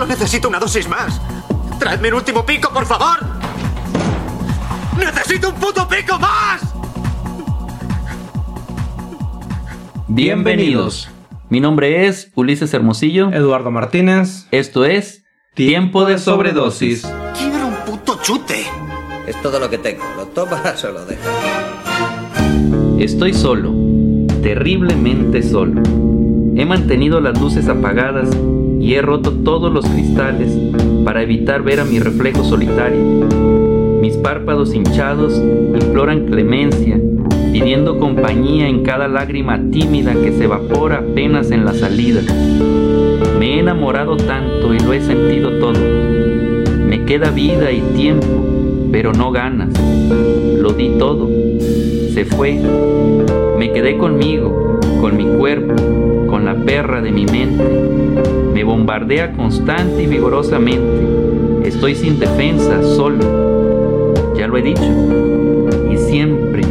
Solo necesito una dosis más. ¡Traedme un último pico, por favor! ¡Necesito un puto pico más! Bienvenidos. Mi nombre es Ulises Hermosillo. Eduardo Martínez. Esto es Tiempo de Sobredosis. Quiero un puto chute. Es todo lo que tengo. Lo tomas o lo dejas. Estoy solo, terriblemente solo. He mantenido las luces apagadas y he roto todos los cristales para evitar ver a mi reflejo solitario. Mis párpados hinchados imploran clemencia, pidiendo compañía en cada lágrima tímida que se evapora apenas en la salida. Me he enamorado tanto y lo he sentido todo. Me queda vida y tiempo, pero no ganas. Lo di todo. Se fue. Me quedé conmigo, con mi cuerpo, con la perra de mi mente. Me bombardea constante y vigorosamente. Estoy sin defensa, solo. Ya lo he dicho. Y siempre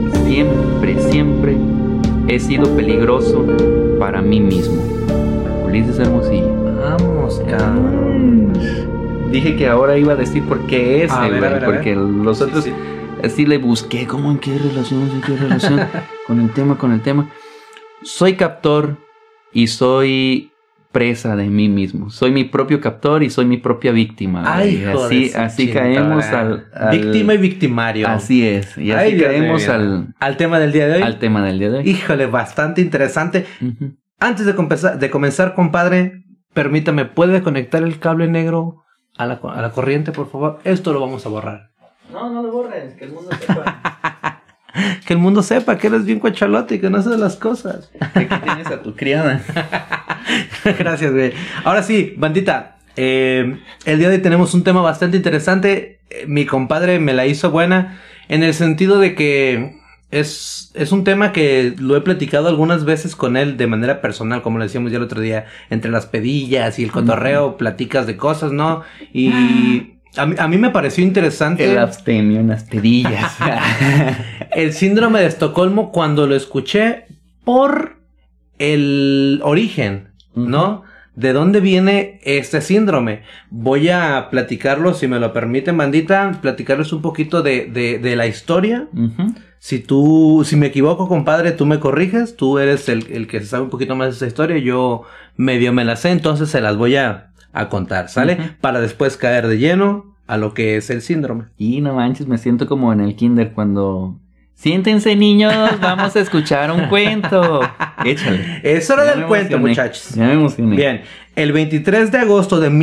he sido peligroso para mí mismo. Ulises Hermosillo. Vamos, cabrón. Dije que ahora iba a decir por qué ese, güey, porque los otros sí. Así le busqué, ¿cómo en qué relación con el tema? Soy captor y soy presa de mí mismo. Soy mi propio captor y soy mi propia víctima. Ay, así caemos al víctima y victimario. Así es. Y así caemos al tema del día de hoy. Al tema del día de hoy. Híjole, bastante interesante. Uh-huh. Antes de comenzar, compadre, permítame, ¿puede conectar el cable negro a la corriente, por favor? Esto lo vamos a borrar. No lo borres, que el mundo sepa. Que el mundo sepa que eres bien cuachalote y que no haces las cosas. Aquí tienes a tu criada. Gracias, güey. Ahora sí, bandita, el día de hoy tenemos un tema bastante interesante. Mi compadre me la hizo buena en el sentido de que es un tema que lo he platicado algunas veces con él de manera personal, como le decíamos ya el otro día, entre las pedillas y el cotorreo, platicas de cosas, ¿no? Y a mí me pareció interesante el abstemio, unas pedillas. el síndrome de Estocolmo cuando lo escuché por el origen, ¿no? ¿De dónde viene este síndrome? Voy a platicarlo, si me lo permiten, bandita, platicarles un poquito de la historia. Uh-huh. Si me equivoco, compadre, tú me corriges. Tú eres el que sabe un poquito más de esa historia. Yo medio me la sé, entonces se las voy a contar, ¿sale? Uh-huh. Para después caer de lleno a lo que es el síndrome. Y no manches, me siento como en el kinder cuando... Siéntense, niños, vamos a escuchar un cuento. Échale. Es hora del cuento, muchachos. Ya me emocioné. Bien, el 23 de agosto de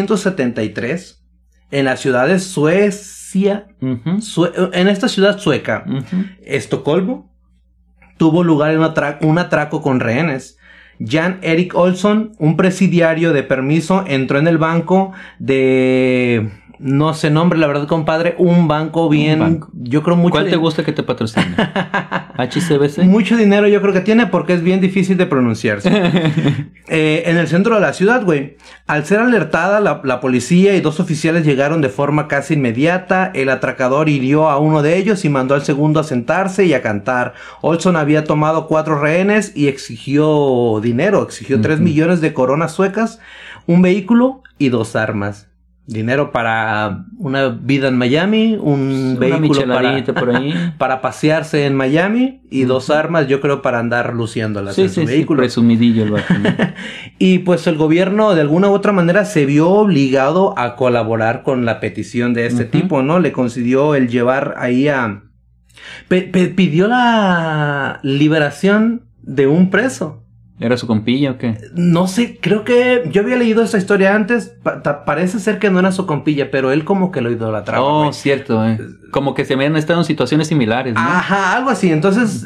1973, en la ciudad de Suecia, uh-huh. En esta ciudad sueca, uh-huh. Estocolmo, tuvo lugar un atraco con rehenes. Jan Erik Olsson, un presidiario de permiso, entró en el banco de... No sé nombre, la verdad, compadre. Un banco bien... Yo creo mucho... ¿Cuál te gusta que te patrocine? ¿HCBC? Mucho dinero yo creo que tiene porque es bien difícil de pronunciarse. En el centro de la ciudad, güey. Al ser alertada, la policía y 2 oficiales llegaron de forma casi inmediata. El atracador hirió a uno de ellos y mandó al segundo a sentarse y a cantar. Olsson había tomado 4 rehenes y exigió dinero. Exigió 3 millones de coronas suecas, un vehículo y 2 armas. Dinero para una vida en Miami, un vehículo para pasearse en Miami y 2 armas, yo creo, para andar luciéndolas en su vehículo. Presumidillo el vato. Y pues el gobierno de alguna u otra manera se vio obligado a colaborar con la petición de este tipo, ¿no? Le concedió el llevar ahí a... pidió la liberación de un preso. ¿Era su compilla o qué? No sé, creo que... Yo había leído esta historia antes. Parece ser que no era su compilla, pero él como que lo idolatraba. Oh, güey. Cierto, Como que se habían estado en situaciones similares, ¿no? Ajá, algo así. Entonces,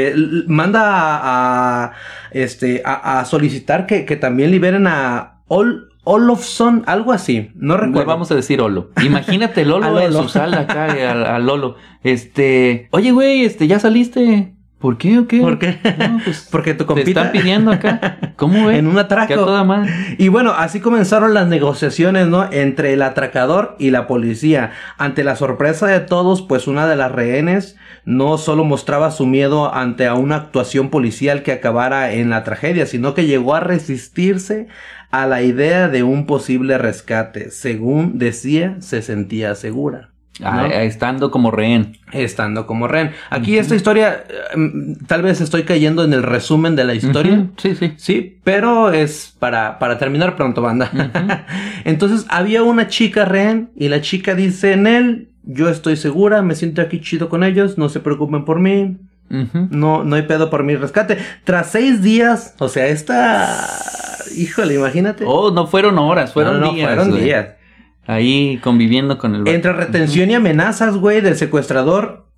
manda a solicitar que también liberen a Olofsson, algo así. No recuerdo. Le vamos a decir Olo. Imagínate Lolo en su sala acá, a Lolo. Oye, güey, ¿ya saliste? ¿Por qué o qué? ¿Por qué? No, pues porque tu compita... Te están pidiendo acá. ¿Cómo ves? En un atraco. Que a toda madre. Y bueno, así comenzaron las negociaciones, ¿no? Entre el atracador y la policía. Ante la sorpresa de todos, pues una de las rehenes no solo mostraba su miedo ante a una actuación policial que acabara en la tragedia, sino que llegó a resistirse a la idea de un posible rescate. Según decía, se sentía segura, ¿no? Estando como rehén. Estando como rehén. Aquí esta historia, tal vez estoy cayendo en el resumen de la historia. Sí, pero es para terminar pronto, banda. Entonces, había una chica rehén y la chica dice, Nel, yo estoy segura, me siento aquí chido con ellos, no se preocupen por mí. No hay pedo por mi rescate. Tras 6 días, o sea, híjole, imagínate. Oh, no fueron horas, fueron días. Fueron días. Ahí conviviendo con el... Entre retención y amenazas, güey, del secuestrador,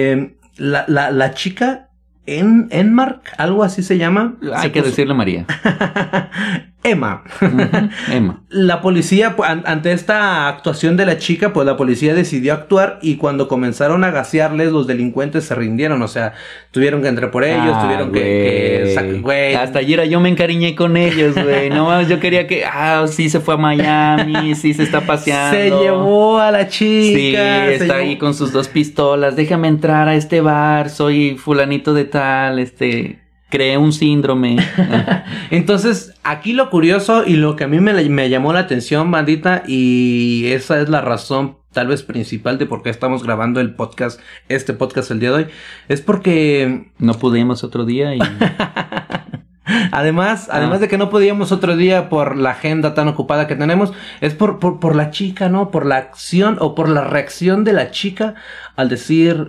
la chica, Enmark, algo así se llama. Hay que decirle María. Emma. Emma. La policía, ante esta actuación de la chica, pues la policía decidió actuar y cuando comenzaron a gasearles, los delincuentes se rindieron. O sea, tuvieron que entrar por ellos, tuvieron que güey. Hasta ayer yo me encariñé con ellos, güey. No, yo quería que, sí se fue a Miami, sí se está paseando. Se llevó a la chica. Sí, está ahí con sus 2 pistolas. Déjame entrar a este bar, soy fulanito de tal, creé un síndrome. Entonces, aquí lo curioso y lo que a mí me llamó la atención, bandita, y esa es la razón tal vez principal de por qué estamos grabando este podcast el día de hoy, es porque... No pudimos otro día y... Además de que no podíamos otro día por la agenda tan ocupada que tenemos, es por la chica, ¿no? Por la acción o por la reacción de la chica al decir...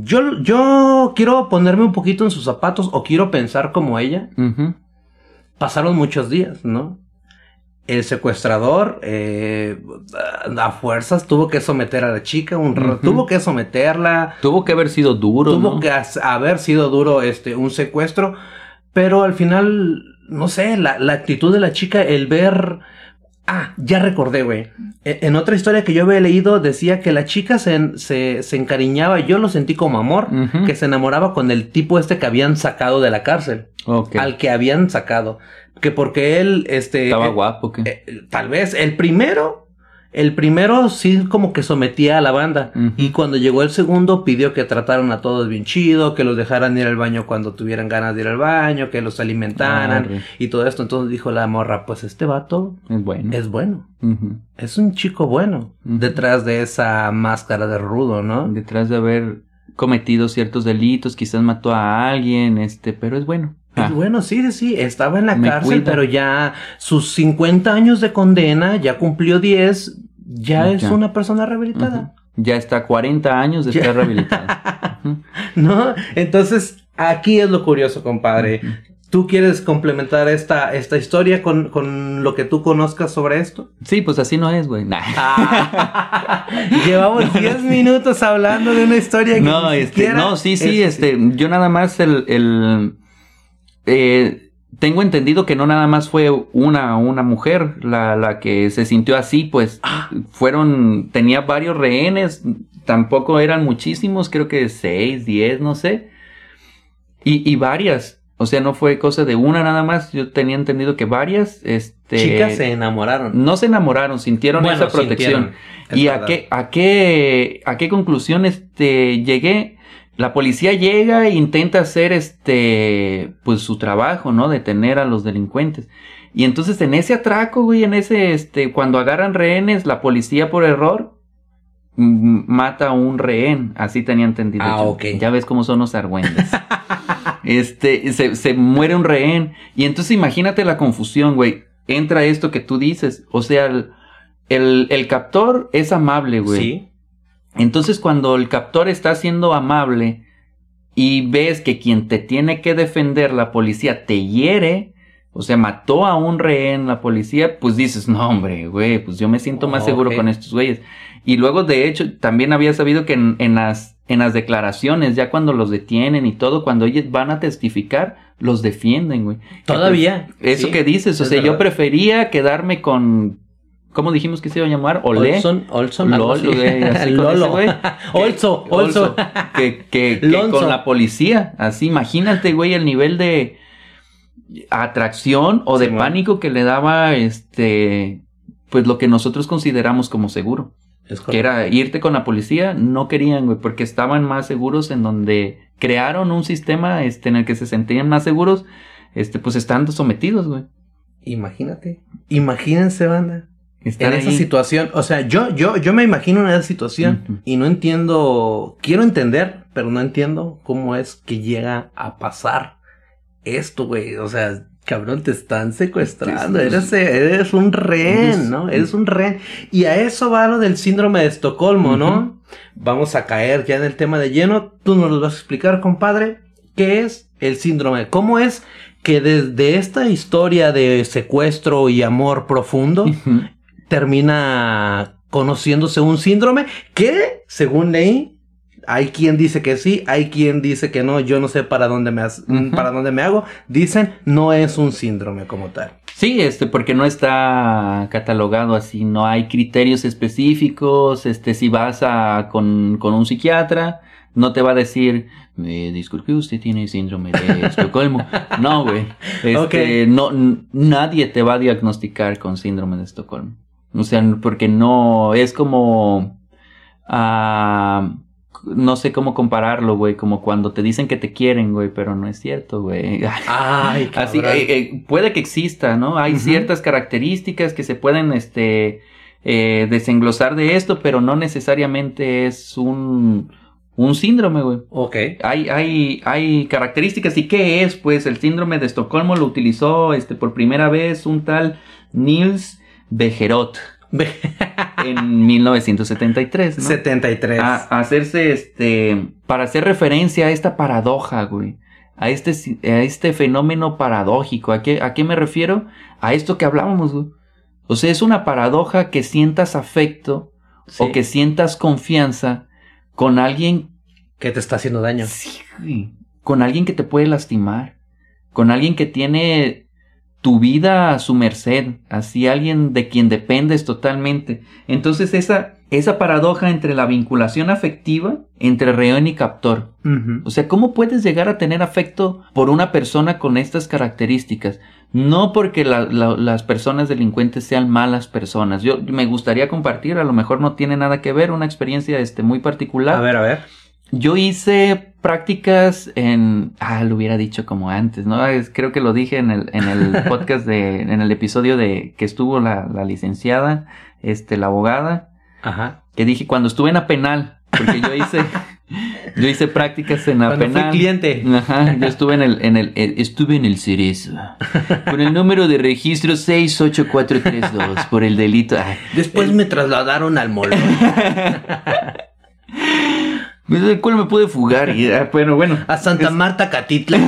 Yo quiero ponerme un poquito en sus zapatos o quiero pensar como ella. Pasaron muchos días, ¿no? El secuestrador a fuerzas tuvo que someter a la chica, tuvo que someterla. Tuvo que haber sido duro, Tuvo que haber sido duro un secuestro. Pero al final, no sé, la actitud de la chica, el ver... ya recordé, güey. En otra historia que yo había leído decía que la chica se encariñaba, yo lo sentí como amor, que se enamoraba con el tipo que habían sacado de la cárcel. Okay. Al que habían sacado. Que porque él, estaba guapo, ¿qué? Tal vez el primero sí como que sometía a la banda. Y cuando llegó el segundo pidió que trataran a todos bien chido, que los dejaran ir al baño cuando tuvieran ganas de ir al baño, que los alimentaran y todo esto. Entonces dijo la morra, pues este vato es bueno. Es un chico bueno. Detrás de esa máscara de rudo, ¿no? Detrás de haber cometido ciertos delitos, quizás mató a alguien, pero es bueno. Es bueno, sí, estaba en la cárcel, pero ya sus 50 años de condena, ya cumplió 10, ya es una persona rehabilitada. Ya está 40 años de estar rehabilitada. ¿No? Entonces, aquí es lo curioso, compadre. ¿Tú quieres complementar esta historia con lo que tú conozcas sobre esto? Sí, pues así no es, güey. Llevamos 10 minutos hablando de una historia que ni siquiera... yo nada más tengo entendido que no nada más fue una mujer la que se sintió así, pues tenía varios rehenes, tampoco eran muchísimos, creo que 6, 10, no sé, y varias, o sea, no fue cosa de una nada más, yo tenía entendido que varias, chicas se enamoraron. No se enamoraron, sintieron esa protección. ¿Y a qué conclusión llegué? La policía llega e intenta hacer pues su trabajo, ¿no? Detener a los delincuentes. Y entonces en ese atraco, güey, cuando agarran rehenes, la policía por error mata a un rehén. Así tenía entendido. Okay. Ya ves cómo son los argüendes. Se muere un rehén. Y entonces imagínate la confusión, güey. Entra esto que tú dices. O sea, el captor es amable, güey. Sí. Entonces cuando el captor está siendo amable y ves que quien te tiene que defender, la policía, te hiere, o sea, mató a un rehén la policía, pues dices, no hombre, güey, pues yo me siento más seguro con estos güeyes. Y luego, de hecho, también había sabido que en las declaraciones, ya cuando los detienen y todo, cuando ellos van a testificar, los defienden, güey. Todavía. Eso sí, que dices, o sea, verdad. Yo prefería quedarme con... ¿Cómo dijimos que se iba a llamar? Olé. Olson. Lolo, güey. Así Lolo. Olso. Que con la policía. Así, imagínate, güey, el nivel de atracción o de pánico que le daba, pues lo que nosotros consideramos como seguro. que era irte con la policía, no querían, güey, porque estaban más seguros en donde crearon un sistema en el que se sentían más seguros, pues estando sometidos, güey. Imagínense, banda. En esa situación, o sea, yo me imagino en esa situación y no entiendo, quiero entender, pero no entiendo cómo es que llega a pasar esto, güey. O sea, cabrón, te están secuestrando, eres un rehén, ¿no? Eres un rehén. Y a eso va lo del síndrome de Estocolmo, ¿no? Vamos a caer ya en el tema de lleno. Tú nos lo vas a explicar, compadre. ¿Qué es el síndrome? ¿Cómo es que desde esta historia de secuestro y amor profundo termina conociéndose un síndrome que, según leí, hay quien dice que sí, hay quien dice que no, yo no sé para dónde me hago, dicen no es un síndrome como tal. Sí, porque no está catalogado así, no hay criterios específicos, si vas con un psiquiatra, no te va a decir, disculpe, usted tiene síndrome de Estocolmo. No, güey, no, nadie te va a diagnosticar con síndrome de Estocolmo. O sea, porque no, es como, no sé cómo compararlo, güey, como cuando te dicen que te quieren, güey, pero no es cierto, güey. Ay, así, puede que exista, ¿no? Hay ciertas características que se pueden, desenglosar de esto, pero no necesariamente es un síndrome, güey. Ok. Hay características. ¿Y qué es? Pues el síndrome de Estocolmo lo utilizó, por primera vez un tal Nils Bejerot. En 1973, ¿no? 73. Para hacer referencia a esta paradoja, güey. A este fenómeno paradójico. ¿A qué me refiero? A esto que hablábamos, güey. O sea, es una paradoja que sientas afecto o que sientas confianza con alguien que te está haciendo daño. Sí, güey. Con alguien que te puede lastimar. Con alguien que tiene tu vida a su merced, así alguien de quien dependes totalmente. Entonces esa paradoja entre la vinculación afectiva entre rehén y captor. O sea, ¿cómo puedes llegar a tener afecto por una persona con estas características? No porque las personas delincuentes sean malas personas. Yo me gustaría compartir, a lo mejor no tiene nada que ver, una experiencia muy particular. A ver. Yo hice prácticas lo hubiera dicho como antes, ¿no? Creo que lo dije en el podcast en el episodio que estuvo la licenciada, la abogada. Ajá. Que dije cuando estuve en la penal, porque yo hice prácticas en la cuando penal. Fui cliente. Ajá, yo estuve estuve en el Cerezo. Con el número de registro 68432 por el delito. Después me trasladaron al Molón. ¿De cuál me pude fugar? Y, bueno. A Santa Marta, Catitla.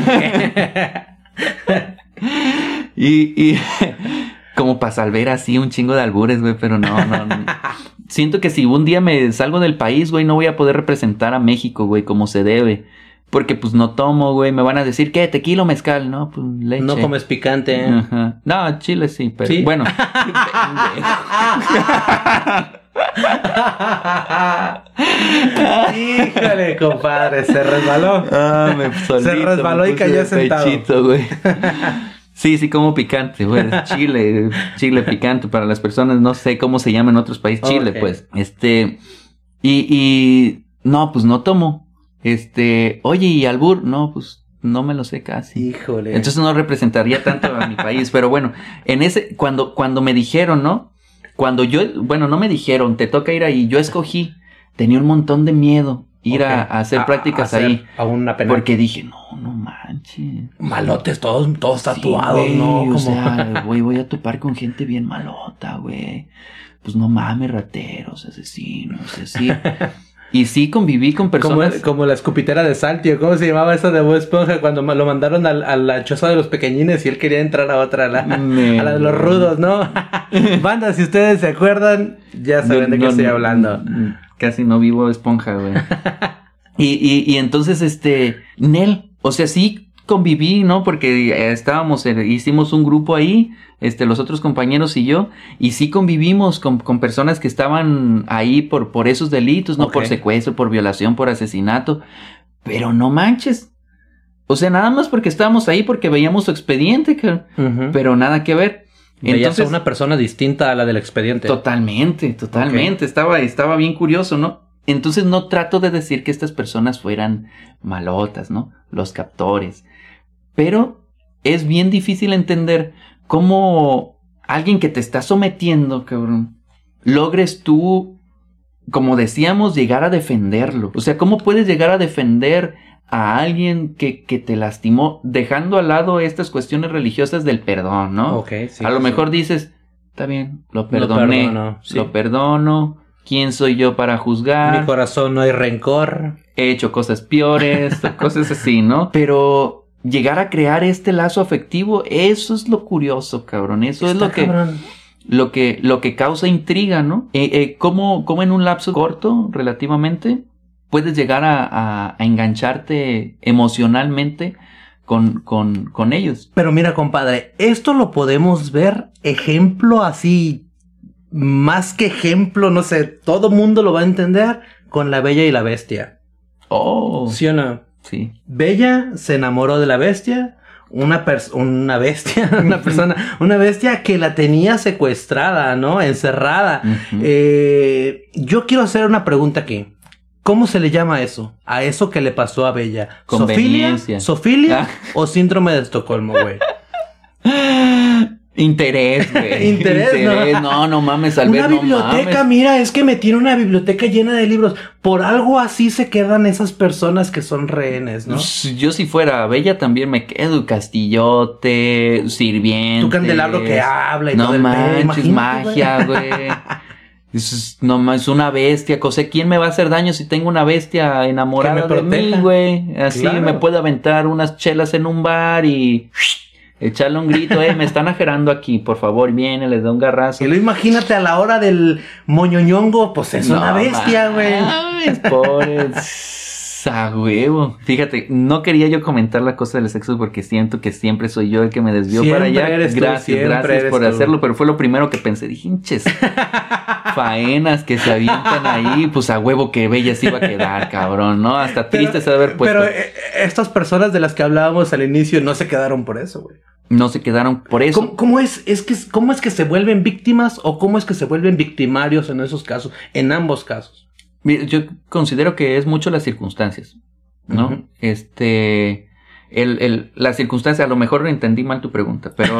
y como para salvar así un chingo de albures, güey, pero no. Siento que si un día me salgo del país, güey, no voy a poder representar a México, güey, como se debe. Porque, pues, no tomo, güey. Me van a decir, ¿qué? ¿Tequila o mezcal? No, pues, leche. No comes picante. Ajá. No, chile sí, pero... ¿Sí? Bueno. Híjole, compadre, se resbaló. Se resbaló y cayó sentado. Pechito, güey. Sí, como picante, güey. Chile picante para las personas, no sé cómo se llama en otros países. Chile, pues. Y no, pues no tomo. Oye, ¿y albur? No, pues no me lo sé casi. Híjole. Entonces no representaría tanto a mi país, pero bueno, cuando me dijeron, ¿no? No me dijeron, te toca ir ahí, yo escogí, tenía un montón de miedo ir a hacer prácticas ahí. A una penal. Porque dije, no manches. Malotes, todos tatuados, sí, ¿no? O sea, voy a topar con gente bien malota, güey. Pues no mames, rateros, asesinos, así. Y sí conviví con personas... Como la escupitera de sal, tío. ¿Cómo se llamaba esa de Bob Esponja? Cuando lo mandaron a la choza de los pequeñines y él quería entrar a otra, a la de los rudos, ¿no? Banda, si ustedes se acuerdan, ya saben de qué estoy hablando. Casi no vivo Esponja, güey. y entonces, Nel, o sea, sí conviví, ¿no? Porque hicimos un grupo ahí, los otros compañeros y yo, y sí convivimos con personas que estaban ahí por esos delitos, ¿no? Por secuestro, por violación, por asesinato, pero no manches. O sea, nada más porque estábamos ahí, porque veíamos su expediente, pero nada que ver. Veías a una persona distinta a la del expediente. Totalmente. Okay. Estaba bien curioso, ¿no? Entonces no trato de decir que estas personas fueran malotas, ¿no? Los captores. Pero es bien difícil entender cómo alguien que te está sometiendo, cabrón, logres tú, como decíamos, llegar a defenderlo. O sea, ¿cómo puedes llegar a defender a alguien que te lastimó, dejando al lado estas cuestiones religiosas del perdón, ¿no? Okay, sí, a lo mejor dices, está bien, lo perdoné, lo perdono, ¿quién soy yo para juzgar? Mi corazón no hay rencor. He hecho cosas peores, cosas así, ¿no? Pero llegar a crear este lazo afectivo, eso es lo curioso, cabrón. Eso es lo que causa intriga, ¿no? ¿Cómo en un lapso corto, relativamente, puedes llegar a engancharte emocionalmente con ellos? Pero mira, compadre, esto lo podemos ver ejemplo así, más que ejemplo, no sé, todo mundo lo va a entender con La Bella y la Bestia. Oh. ¿Sí o no? Sí. Bella se enamoró de la bestia, una bestia que la tenía secuestrada, ¿no? Encerrada. Uh-huh. Yo quiero hacer una pregunta aquí. ¿Cómo se le llama eso? A eso que le pasó a Bella. ¿Sofilia o síndrome de Estocolmo, güey? Interés, güey. Interés, no mames, Albert, una biblioteca, mames. Mira, es que me tiene una biblioteca llena de libros. Por algo así se quedan esas personas que son rehenes, ¿no? Yo si fuera Bella también me quedo. Castillote, sirvientes. Tu candelabro que habla y no todo el manches, magia, güey. Es una bestia. O sea, ¿quién me va a hacer daño si tengo una bestia enamorada de mí, güey? Así claro. Me puede aventar unas chelas en un bar y echarle un grito, me están ajerando aquí, por favor, viene, les da un garrazo. Y lo imagínate a la hora del moñoñongo, pues es una bestia, güey. Pobre, a huevo. Fíjate, no quería yo comentar la cosa del sexo porque siento que siempre soy yo el que me desvió para allá. Gracias por hacerlo, pero fue lo primero que pensé. Dije, hinches, faenas que se avientan ahí, pues a huevo que Bella se iba a quedar, cabrón, ¿no? Hasta triste se debe haber puesto. Pero estas personas de las que hablábamos al inicio no se quedaron por eso, güey. No se quedaron por eso. ¿Cómo es que se vuelven víctimas o cómo es que se vuelven victimarios en esos casos? En ambos casos. Yo considero que es mucho las circunstancias, ¿no? Uh-huh. Las circunstancias, a lo mejor entendí mal tu pregunta, pero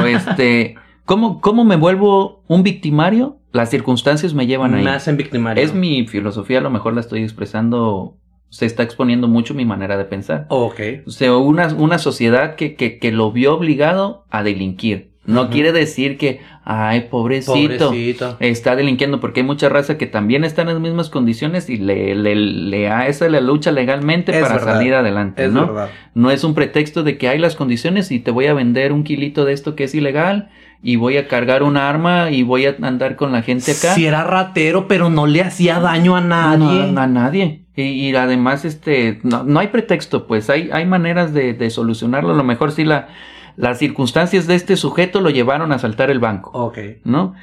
¿cómo me vuelvo un victimario? Las circunstancias me llevan ahí. Me hacen victimario. Es mi filosofía, a lo mejor la estoy expresando, se está exponiendo mucho mi manera de pensar. Okay. O sea, una sociedad que lo vio obligado a delinquir. No quiere decir que, ay, pobrecito, está delinquiendo, porque hay mucha raza que también está en las mismas condiciones y le hace la lucha legalmente para salir adelante, ¿no? Verdad. No es un pretexto de que hay las condiciones y te voy a vender un kilito de esto que es ilegal y voy a cargar un arma y voy a andar con la gente acá. Si era ratero, pero no le hacía daño a nadie. No, a nadie. Y además, no hay pretexto, pues hay maneras de solucionarlo. A lo mejor sí las circunstancias de este sujeto lo llevaron a asaltar el banco. Okay. ¿No?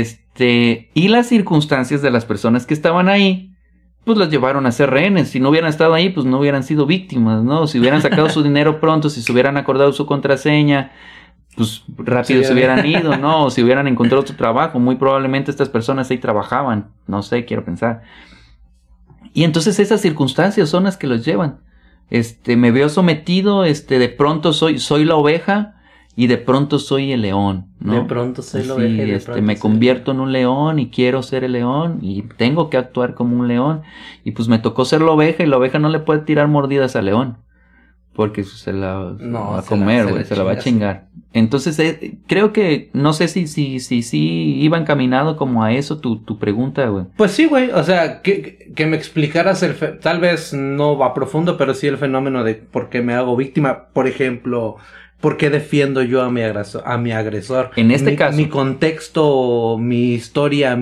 Y las circunstancias de las personas que estaban ahí, pues las llevaron a ser rehenes. Si no hubieran estado ahí, pues no hubieran sido víctimas, ¿no? Si hubieran sacado su dinero pronto, si se hubieran acordado su contraseña, pues rápido se hubieran ido, ¿no? O si hubieran encontrado otro trabajo, muy probablemente estas personas ahí trabajaban. No sé, quiero pensar. Y entonces esas circunstancias son las que los llevan. Me veo sometido, de pronto soy la oveja y de pronto soy el león, ¿no? De pronto soy la oveja y de pronto me convierto en un león y quiero ser el león y tengo que actuar como un león y pues me tocó ser la oveja y la oveja no le puede tirar mordidas al león porque se la va a comer, güey, se la va a chingar. Entonces creo que no sé si iba encaminado como a eso tu pregunta, güey. Pues sí, güey, o sea, que me explicaras tal vez no va profundo, pero sí el fenómeno de por qué me hago víctima, por ejemplo, por qué defiendo yo a mi agresor. En este caso, mi contexto, mi historia,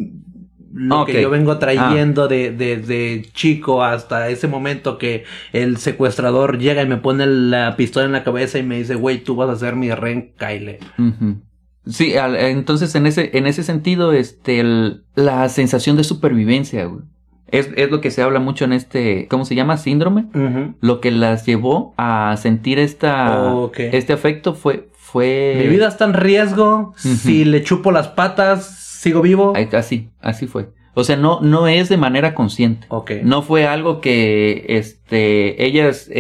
lo que yo vengo trayendo de chico hasta ese momento que el secuestrador llega y me pone la pistola en la cabeza y me dice, güey, tú vas a ser mi rehén, Kyle. Uh-huh. Sí, entonces en ese sentido, la sensación de supervivencia, güey. Es lo que se habla mucho en ¿cómo se llama? Síndrome. Ujú. Lo que las llevó a sentir Ok. este afecto fue... Mi vida está en riesgo. Si le chupo las patas, sigo vivo. Así fue. O sea, no es de manera consciente. Ok. No fue algo que, ellas,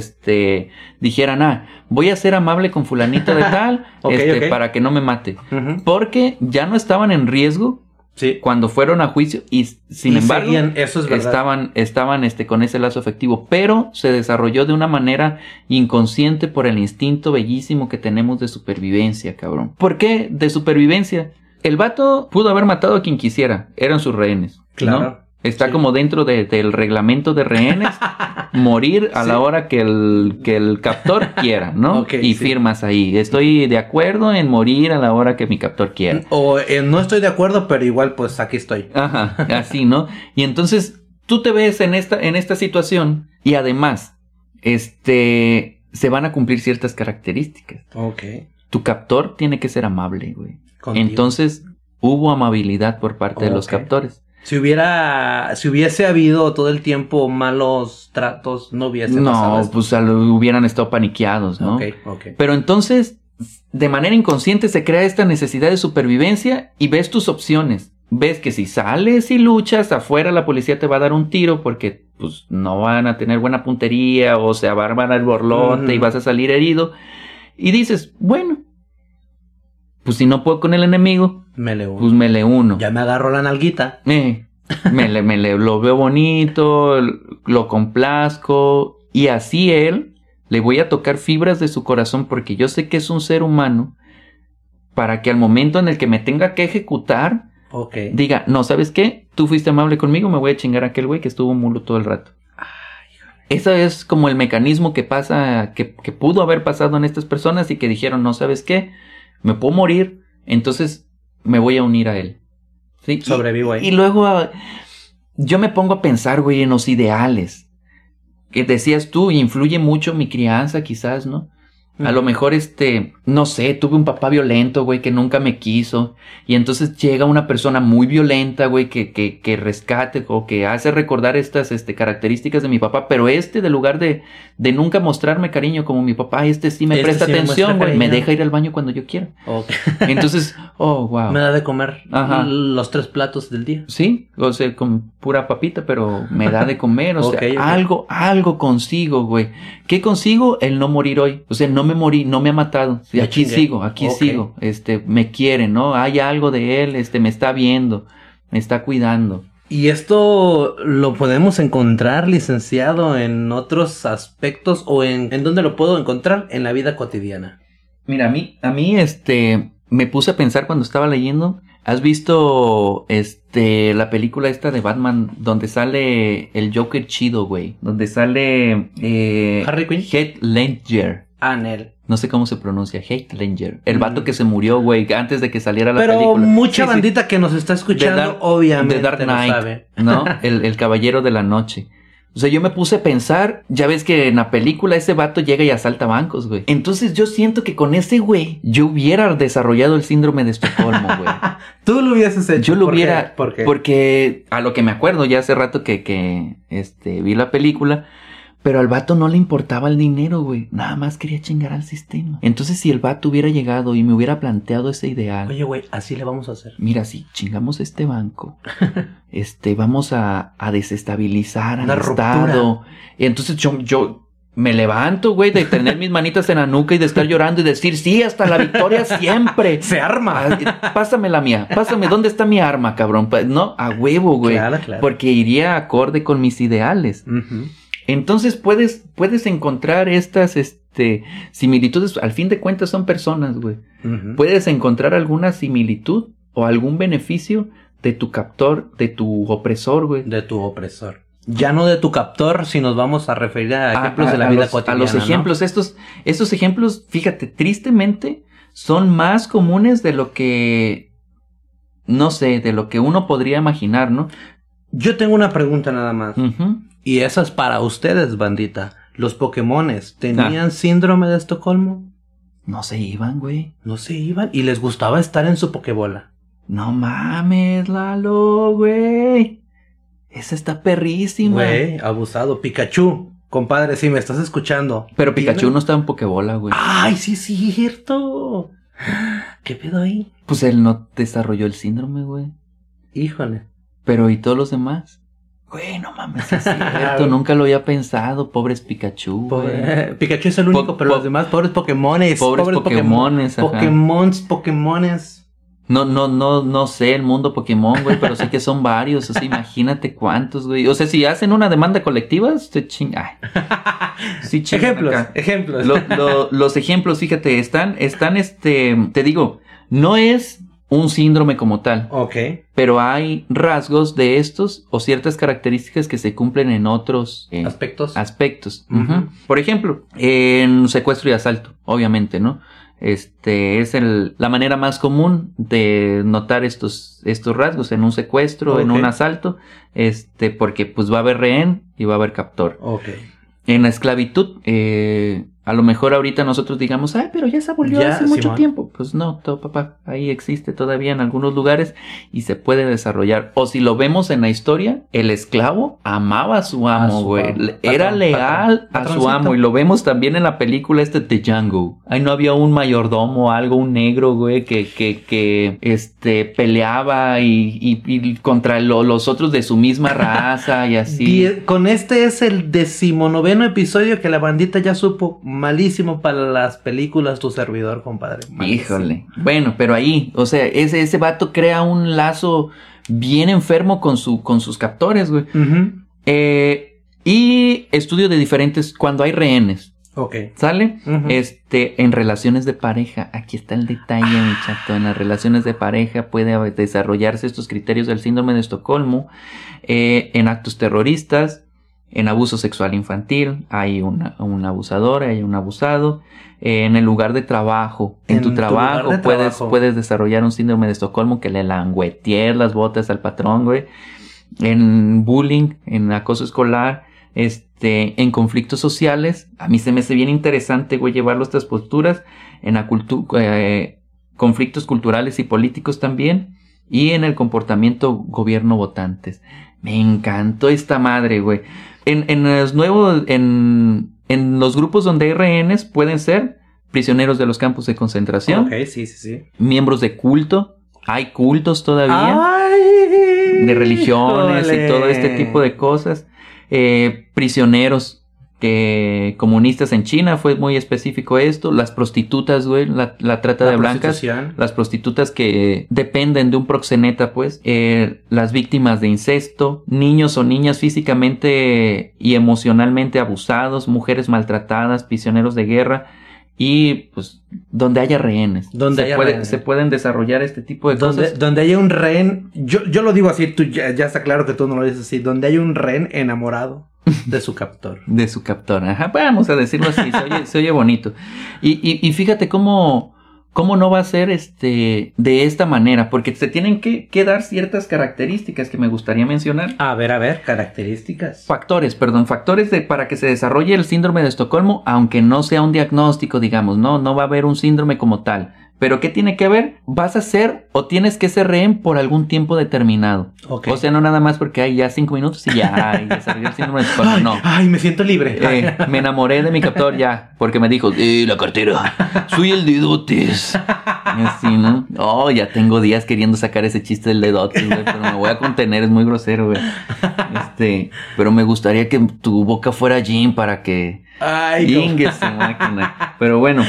dijeran, voy a ser amable con fulanita de tal, Ok. para que no me mate. Ujú. Porque ya no estaban en riesgo Sí. cuando fueron a juicio y sin Y embargo seguían, eso es verdad. estaban con ese lazo afectivo, pero se desarrolló de una manera inconsciente por el instinto bellísimo que tenemos de supervivencia, cabrón. ¿Por qué de supervivencia? El vato pudo haber matado a quien quisiera, eran sus rehenes. Claro. ¿no? Está Sí. como dentro del reglamento de rehenes, morir a la hora que el captor quiera, ¿no? Ok, y sí. firmas ahí, estoy de acuerdo en morir a la hora que mi captor quiera. O no estoy de acuerdo, pero igual pues aquí estoy. Ajá, así, ¿no? Y entonces tú te ves en esta situación y además, se van a cumplir ciertas características. Ok. Tu captor tiene que ser amable, güey. Contigo. Entonces hubo amabilidad por parte de los Ok. captores. Si hubiese habido todo el tiempo malos tratos, no hubiese pasado No, esto. pues hubieran estado paniqueados, ¿no? Ok. Pero entonces, de manera inconsciente se crea esta necesidad de supervivencia y ves tus opciones. Ves que si sales y luchas, afuera la policía te va a dar un tiro porque pues no van a tener buena puntería o se va a armar el borlote Ujú. y vas a salir herido. Y dices, bueno, pues si no puedo con el enemigo, Me le uno. pues me le uno. Ya me agarro la nalguita. Lo veo bonito, lo complazco y así le voy a tocar fibras de su corazón porque yo sé que es un ser humano para que al momento en el que me tenga que ejecutar Ok. diga, no, ¿sabes qué? Tú fuiste amable conmigo, me voy a chingar a aquel güey que estuvo mulo todo el rato. Ese es como el mecanismo que pasa, que pudo haber pasado en estas personas y que dijeron, no, ¿sabes qué? Me puedo morir, entonces me voy a unir a él. ¿Sí? Sobrevivo ahí. Y luego yo me pongo a pensar, güey, en los ideales. Que decías tú, influye mucho mi crianza, quizás, ¿no? A lo mejor, no sé, tuve un papá violento, güey, que nunca me quiso. Y entonces llega una persona muy violenta, güey, que rescate o que hace recordar estas, características de mi papá. Pero de lugar de nunca mostrarme cariño como mi papá, sí me presta sí me atención, muestra güey. Me cariño. deja ir al baño cuando yo quiera. Ok. Entonces, oh, wow. Me da de comer Ajá. los 3 platos del día. Sí, o sea, con pura papita, pero me da de comer, o sea, Ok. algo consigo, güey. ¿Qué consigo? El no morir hoy. O sea, no me morí, no me ha matado. Ya Aquí chingué. sigo, Ok. me quiere, ¿no? Hay algo de él, me está viendo, me está cuidando. ¿Y esto lo podemos encontrar, licenciado, en otros aspectos o en dónde lo puedo encontrar en la vida cotidiana? Mira, a mí, me puse a pensar cuando estaba leyendo. ¿Has visto, la película esta de Batman donde sale el Joker chido, güey? Donde sale, Harley Quinn. Heath Ledger. Anel. No sé cómo se pronuncia, Heath Ledger. El vato que se murió, güey, antes de que saliera la Pero película. mucha Sí, sí. bandita que nos está escuchando, The obviamente Dark lo Knight, sabe. ¿no? El caballero de la noche. O sea, yo me puse a pensar, ya ves que en la película ese vato llega y asalta bancos, güey. Entonces yo siento que con ese güey yo hubiera desarrollado el síndrome de Estocolmo, güey. Tú lo hubieses hecho. Yo lo ¿Por hubiera, qué? ¿Por qué? porque a lo que me acuerdo ya hace rato que vi la película, pero al vato no le importaba el dinero, güey. Nada más quería chingar al sistema. Entonces si el vato hubiera llegado y me hubiera planteado ese ideal. Oye, güey, así le vamos a hacer. Mira, si chingamos este banco, vamos a desestabilizar al Una Estado. ruptura. Y entonces yo me levanto, güey, de tener mis manitas en la nuca y de estar llorando y decir, sí, hasta la victoria siempre. Se arma. Pásame la mía, pásame, ¿dónde está mi arma, cabrón? No, a huevo, güey. Claro. Porque iría acorde con mis ideales. Ujú. Entonces puedes encontrar estas, similitudes. Al fin de cuentas son personas, güey. Ujú. Puedes encontrar alguna similitud o algún beneficio de tu captor, de tu opresor, güey. De tu opresor. Ya no de tu captor, si nos vamos a referir a ejemplos de la vida cotidiana. A los ejemplos, ¿no? estos ejemplos, fíjate, tristemente, son más comunes de lo que, no sé, de lo que uno podría imaginar, ¿no? Yo tengo una pregunta nada más. Ujú. Y esa es para ustedes, bandita. ¿Los Pokémones tenían síndrome de Estocolmo? No se iban, güey. No se iban y les gustaba estar en su Pokébola. No mames, Lalo, güey. Esa está perrísima. Güey, abusado. Pikachu, compadre, si me estás escuchando. Pero Pikachu no está en Pokébola, güey. Ay, sí es cierto. ¿Qué pedo ahí? Pues él no desarrolló el síndrome, güey. Híjole. Pero ¿y todos los demás? Güey, no mames, es cierto. Nunca lo había pensado. Pobres Pikachu, güey. Pikachu es el único, pero los demás, pobres Pokémones. Pobres Pokémones, ajá. Pokémones. No sé el mundo Pokémon, güey, pero sé que son varios. O sea, imagínate cuántos, güey. O sea, si hacen una demanda colectiva, se chingan. Sí, chingan. Ejemplos. Los ejemplos, fíjate, están, te digo, no es un síndrome como tal. Ok. Pero hay rasgos de estos o ciertas características que se cumplen en otros aspectos. Uh-huh. Por ejemplo, en secuestro y asalto, obviamente, ¿no? Es la manera más común de notar estos rasgos en un secuestro, en un asalto, porque pues va a haber rehén y va a haber captor. Okay. En la esclavitud, a lo mejor ahorita nosotros digamos, ay, pero ya se abolió hace mucho tiempo. Pues no, papá, ahí existe todavía en algunos lugares y se puede desarrollar. O si lo vemos en la historia, el esclavo amaba a su amo, güey. Era leal a su amo. Y lo vemos también en la película de Django. Ahí no había un mayordomo o algo, un negro, güey, que peleaba y contra los otros de su misma raza y así. Con este es el 19º episodio que la bandita ya supo. Malísimo para las películas, tu servidor, compadre. Malísimo. Híjole. Bueno, pero ahí, o sea, ese vato crea un lazo bien enfermo con sus captores, güey. Uh-huh. Y estudio de diferentes, cuando hay rehenes. Ok. ¿Sale? Uh-huh. En relaciones de pareja, aquí está el detalle, mi chato. En las relaciones de pareja puede desarrollarse estos criterios del síndrome de Estocolmo. En actos terroristas. En abuso sexual infantil, hay un abusador, hay un abusado. En el lugar de trabajo, en tu trabajo puedes desarrollar un síndrome de Estocolmo que le languetees las botas al patrón, güey. En bullying, en acoso escolar, en conflictos sociales. A mí se me hace bien interesante, güey, llevar estas posturas. En la conflictos culturales y políticos también. Y en el comportamiento gobierno-votantes. Me encantó esta madre, güey. En los grupos donde hay rehenes pueden ser prisioneros de los campos de concentración. Ok, sí. Miembros de culto. Hay cultos todavía. ¡Ay! De religiones y todo este tipo de cosas. Prisioneros comunistas en China, fue muy específico esto. Las prostitutas, güey, la trata de blancas. Las prostitutas que dependen de un proxeneta, pues. Las víctimas de incesto. Niños o niñas físicamente y emocionalmente abusados. Mujeres maltratadas. Prisioneros de guerra. Y, pues, donde haya rehenes. Se pueden desarrollar este tipo de cosas. Donde haya un rehén. Yo lo digo así, tú ya está claro que tú no lo dices así. Donde hay un rehén enamorado. De su captor. De su captor, ajá. Vamos a decirlo así, se oye bonito. Y fíjate cómo no va a ser de esta manera, porque se tienen que dar ciertas características que me gustaría mencionar. A ver, características. Factores para que se desarrolle el síndrome de Estocolmo, aunque no sea un diagnóstico, digamos, no va a haber un síndrome como tal. Pero ¿qué tiene que ver? Vas a ser o tienes que ser rehén por algún tiempo determinado. Okay. O sea, no nada más porque hay ya 5 minutos y ya desarrolló el síndrome de Estocolmo. No. Ay, me siento libre. Me enamoré de mi captor ya, porque me dijo, la cartera, soy el dedotes. Y así, ¿no? Oh, ya tengo días queriendo sacar ese chiste del dedotes, güey, pero me voy a contener, es muy grosero, güey. Pero me gustaría que tu boca fuera gym para que... Ay, ínguese, máquina. Pero bueno,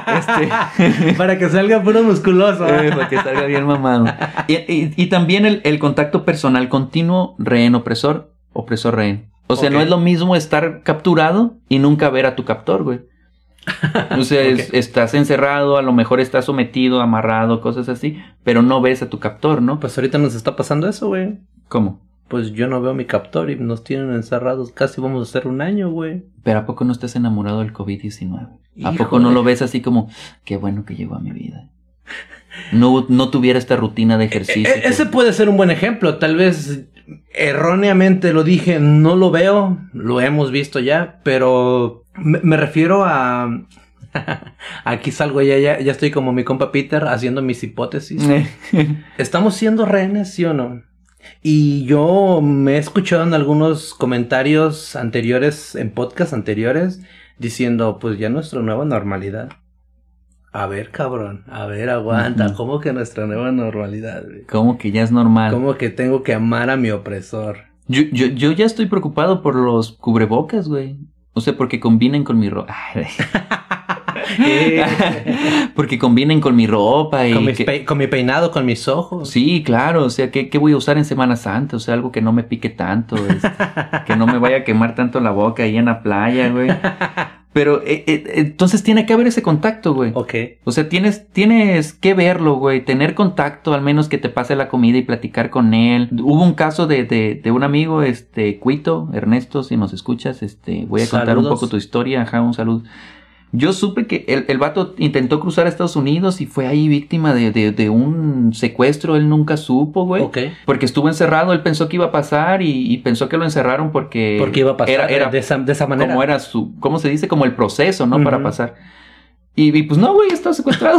para que salga puro musculoso. Para que salga bien mamado. Y también el contacto personal continuo, rehén-opresor, opresor-rehén. O sea, no es lo mismo estar capturado y nunca ver a tu captor, güey. O sea, estás encerrado, a lo mejor estás sometido, amarrado, cosas así, pero no ves a tu captor, ¿no? Pues ahorita nos está pasando eso, güey. ¿Cómo? Pues yo no veo a mi captor y nos tienen encerrados. Casi vamos a hacer un año, güey. Pero ¿a poco no estás enamorado del COVID-19? ¿A poco no lo ves así como, qué bueno que llegó a mi vida? No tuviera esta rutina de ejercicio. Ese puede ser un buen ejemplo. Tal vez erróneamente lo dije, no lo veo. Lo hemos visto ya, pero me refiero a... Aquí salgo ya estoy como mi compa Peter haciendo mis hipótesis. ¿Estamos siendo rehenes, sí o no? Y yo me he escuchado en algunos comentarios anteriores, en podcasts anteriores, diciendo, pues ya nuestra nueva normalidad. A ver, cabrón, a ver, aguanta. Ujú. ¿Cómo que nuestra nueva normalidad, güey? Como que ya es normal. ¿Cómo que tengo que amar a mi opresor? Yo ya estoy preocupado por los cubrebocas, güey. O sea, porque combinen con mi ropa. Porque combinen con mi ropa y Con mi peinado, con mis ojos. Sí, claro, o sea, ¿qué voy a usar en Semana Santa? O sea, algo que no me pique tanto, que no me vaya a quemar tanto la boca ahí en la playa, güey. Pero entonces tiene que haber ese contacto, güey. Ok. O sea, tienes que verlo, güey, tener contacto, al menos que te pase la comida y platicar con él. Hubo un caso de un amigo, Cuito, Ernesto, si nos escuchas, voy a contar un poco tu historia, ajá, un saludo. Yo supe que el vato intentó cruzar a Estados Unidos y fue ahí víctima de un secuestro. Él nunca supo, güey. Ok. Porque estuvo encerrado, él pensó que iba a pasar y pensó que lo encerraron porque iba a pasar era de esa manera. como era ¿cómo se dice? Como el proceso, ¿no? Uh-huh. Para pasar. Y pues no, güey, estaba secuestrado.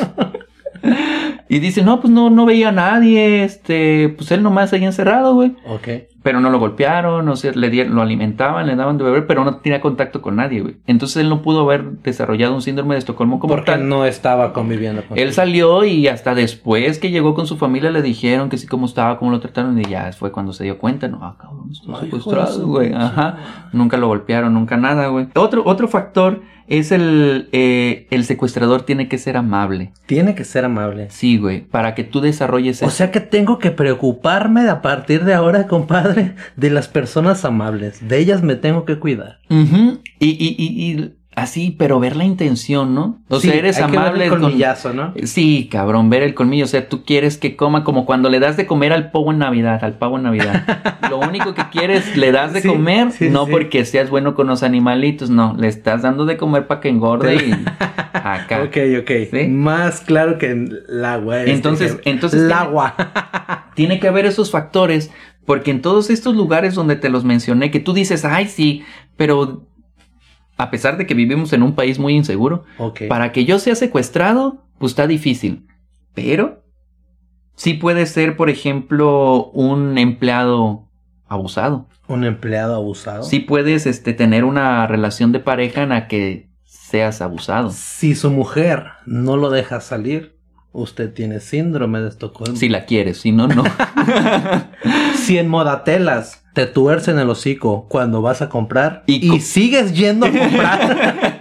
Y dice, no, pues no veía a nadie, pues él nomás ahí encerrado, güey. Ok. Pero no lo golpearon, o sea, lo alimentaban, le daban de beber, pero no tenía contacto con nadie, güey. Entonces él no pudo haber desarrollado un síndrome de Estocolmo como Porque tal. no estaba conviviendo con Él salió y hasta después que llegó con su familia le dijeron que sí, cómo estaba, cómo lo trataron, y ya fue cuando se dio cuenta, no, cabrón, estoy secuestrado, güey. Ajá. Nunca lo golpearon, nunca nada, güey. Otro factor es el secuestrador tiene que ser amable. Tiene que ser amable. Sí, güey, para que tú desarrolles O sea que tengo que preocuparme a partir de ahora, compadre, de las personas amables. De ellas me tengo que cuidar. Uh-huh. Y así, pero ver la intención, ¿no? O Sí, sea, eres hay amable. que ver el colmillazo, ¿no? Sí, cabrón, ver el colmillo. O sea, tú quieres que coma como cuando le das de comer al pavo en Navidad, Lo único que quieres, le das de comer, no porque seas bueno con los animalitos, no. Le estás dando de comer para que engorde y acá. Ok. ¿Sí? Más claro que el agua. Entonces el agua. Tiene que haber esos factores, porque en todos estos lugares donde te los mencioné, que tú dices, ay, sí, pero a pesar de que vivimos en un país muy inseguro, para que yo sea secuestrado, pues está difícil. Pero sí puede ser, por ejemplo, un empleado abusado. ¿Un empleado abusado? Sí puedes tener una relación de pareja en la que seas abusado. Si su mujer no lo deja salir, usted tiene síndrome de Estocolmo. Si la quieres, si no, no. Si en Modatelas te tuercen el hocico cuando vas a comprar y sigues yendo a comprar.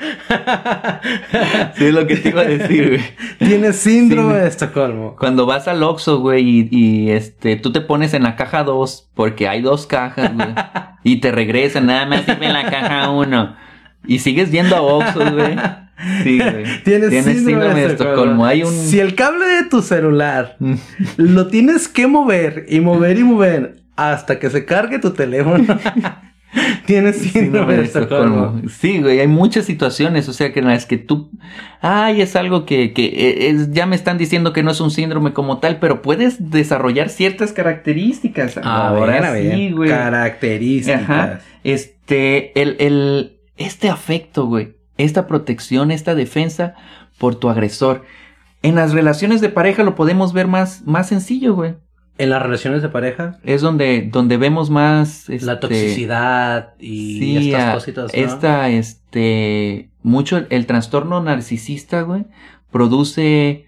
Sí, es lo que te iba a decir, güey. Tienes síndrome de Estocolmo. Cuando vas al Oxxo, güey, y tú te pones en la caja 2 porque hay 2 cajas, güey. Y te regresan, nada más sirve en la caja 1. Y sigues yendo a Oxxo, güey. Sí, güey. Tienes síndrome de Estocolmo. Si el cable de tu celular lo tienes que mover hasta que se cargue tu teléfono, tienes síndrome de Estocolmo. Sí, güey, hay muchas situaciones, o sea, que en las que tú... Ay, es algo que ya me están diciendo que no es un síndrome como tal, pero puedes desarrollar ciertas características. Ahora sí, güey. Características. Ajá. Este afecto, güey. Esta protección, esta defensa por tu agresor. En las relaciones de pareja lo podemos ver más sencillo, güey. En las relaciones de pareja es donde vemos más la toxicidad y estas cositas, ¿no? Mucho el trastorno narcisista, güey, produce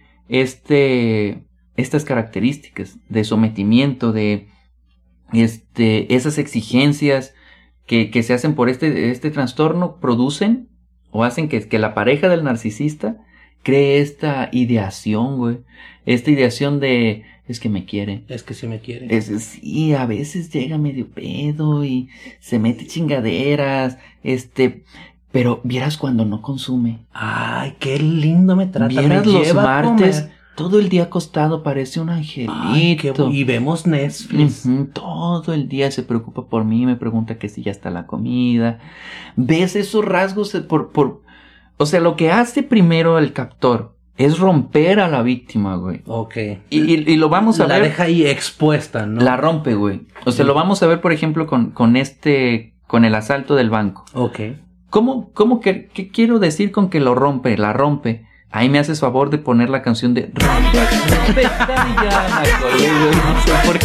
estas características de sometimiento, de esas exigencias que se hacen por este trastorno, producen o hacen que la pareja del narcisista cree esta ideación, güey. Esta ideación de... Es que me quiere. Es que sí me quiere. Sí, a veces llega medio pedo y se mete chingaderas. Pero vieras cuando no consume. Ay, qué lindo me trata. Vieras los martes, todo el día acostado, parece un angelito. Ay, y vemos Netflix. Todo el día se preocupa por mí, me pregunta que si ya está la comida. Ves esos rasgos o sea, lo que hace primero el captor es romper a la víctima, güey. Ok. Y lo vamos a ver. La deja ahí expuesta, ¿no? La rompe, güey. O sea, lo vamos a ver, por ejemplo, con el asalto del banco. Ok. ¿Qué quiero decir con que lo rompe? La rompe. ahí me haces favor de poner la canción de Respeta mi llama, güey, no sé por qué.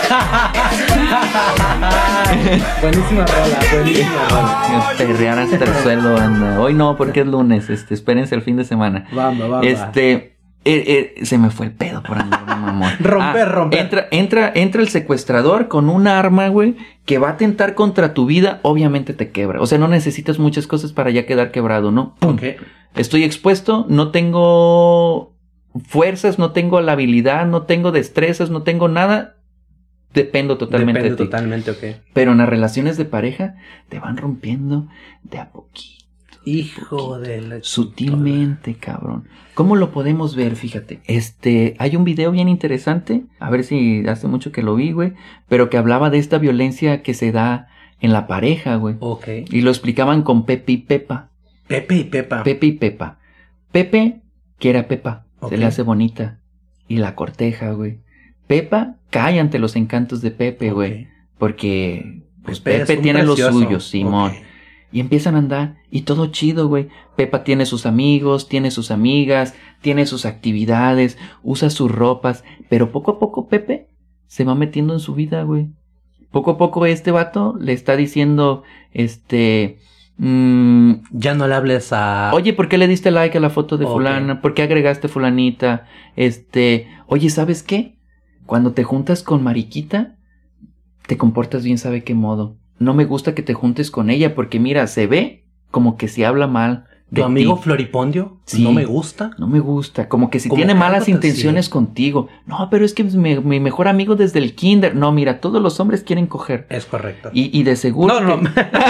Buenísima rola. Perrear hasta el suelo, anda. Hoy no, porque es lunes, espérense el fin de semana. Vamos. Se me fue el pedo por andar, mamón. Romper. Entra el secuestrador con un arma, güey, que va a atentar contra tu vida, obviamente te quebra. O sea, no necesitas muchas cosas para ya quedar quebrado, ¿no? ¡Pum! Okay. Estoy expuesto, no tengo fuerzas, no tengo la habilidad, no tengo destrezas, no tengo nada. Dependo totalmente de ti. Totalmente, ok. Pero en las relaciones de pareja te van rompiendo de a poquito. Hijo de la... Sutilmente, cabrón. ¿Cómo lo podemos ver? Fíjate. Hay un video bien interesante. A ver si hace mucho que lo vi, güey. Pero que hablaba de esta violencia que se da en la pareja, güey. Ok. Y lo explicaban con Pepe y Pepa. Pepe y Pepa. Pepe quiere a Pepa. Ok. Se le hace bonita. Y la corteja, güey. Pepa cae ante los encantos de Pepe, güey. Ok. Porque pues, Pepe Pepe es un tiene precioso. lo suyo, Simón. Ok. Y empiezan a andar, y todo chido, güey. Pepa tiene sus amigos, tiene sus amigas, tiene sus actividades, usa sus ropas, pero poco a poco Pepe se va metiendo en su vida, güey. Poco a poco este vato le está diciendo, Ya no le hables a... oye, ¿por qué le diste like a la foto de Ok. fulana? ¿Por qué agregaste fulanita? Oye, ¿sabes qué? Cuando te juntas con Mariquita, te comportas bien, ¿sabe qué modo? No me gusta que te juntes con ella porque mira, se ve como que se habla mal de ¿Tu amigo ti. Floripondio? Sí. No me gusta. No me gusta, como que si Como tiene que malas algo te intenciones sigue. contigo. No, pero es que es mi mejor amigo desde el kinder. No, mira, todos los hombres quieren coger. Es correcto. Y de seguro No.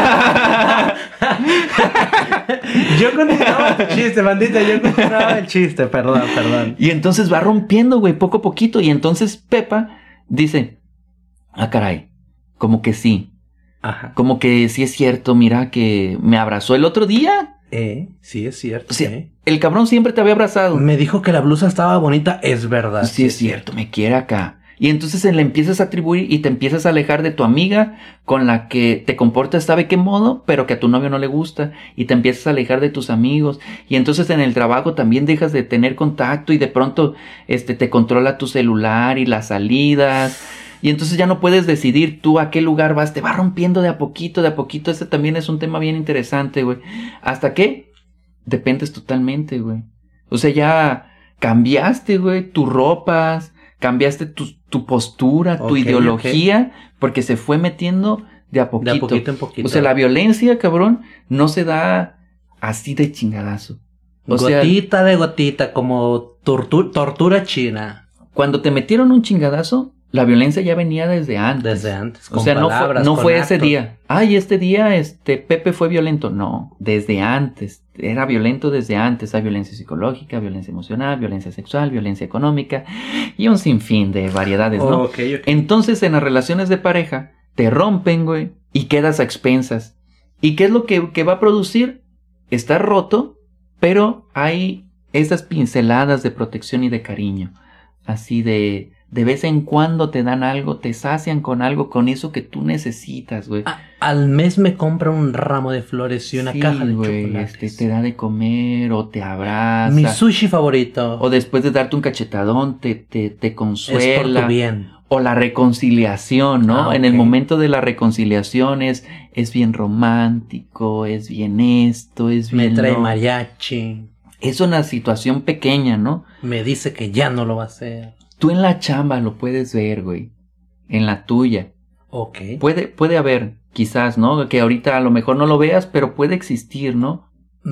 Yo continuaba el chiste, bandita. Yo continuaba el chiste. Perdón. Y entonces va rompiendo, güey, poco a poquito. Y entonces Pepa dice, ah, caray, como que sí. Ajá. Como que sí es cierto, mira que me abrazó el otro día. Sí es cierto. O sea, el cabrón siempre te había abrazado. Me dijo que la blusa estaba bonita. Es verdad. Sí es cierto, me quiere acá. Y entonces le empiezas a atribuir y te empiezas a alejar de tu amiga con la que te comportas sabe qué modo, pero que a tu novio no le gusta. Y te empiezas a alejar de tus amigos. Y entonces en el trabajo también dejas de tener contacto y de pronto te controla tu celular y las salidas. Y entonces ya no puedes decidir tú a qué lugar vas. Te va rompiendo de a poquito, de a poquito. Este también es un tema bien interesante, güey. ¿Hasta qué? Dependes totalmente, güey. O sea, ya cambiaste, güey, tus ropas, cambiaste tu postura, tu ideología, porque se fue metiendo de a poquito. De a poquito en poquito. O sea, la violencia, cabrón, no se da así de chingadazo. O sea, Gotita de gotita, como tortura china. cuando te metieron un chingadazo, la violencia ya venía desde antes. Desde antes. O sea, palabras, no con fue ese actos. día. Ay, este día, Pepe fue violento. No, desde antes. Era violento desde antes. Hay violencia psicológica, violencia emocional, violencia sexual, violencia económica y un sinfín de variedades, ¿no? Ok. Entonces, en las relaciones de pareja, te rompen, güey, y quedas a expensas. ¿Y qué es lo que va a producir? Estás roto, pero hay esas pinceladas de protección y de cariño. Así de vez en cuando te dan algo, te sacian con algo, con eso que tú necesitas, güey. Al mes me compra un ramo de flores y una caja de chocolates. Te da de comer o te abraza. Mi sushi favorito. O después de darte un cachetadón, te consuela. Es por tu bien. O la reconciliación, ¿no? Ah, En el ok. momento de la reconciliación es bien romántico, es bien esto, es Me bien... trae lo- mariachi. Es una situación pequeña, ¿no? Me dice que ya no lo va a hacer. Tú en la chamba lo puedes ver, güey. En la tuya. Ok. Puede haber, quizás, ¿no? Que ahorita a lo mejor no lo veas, pero puede existir, ¿no?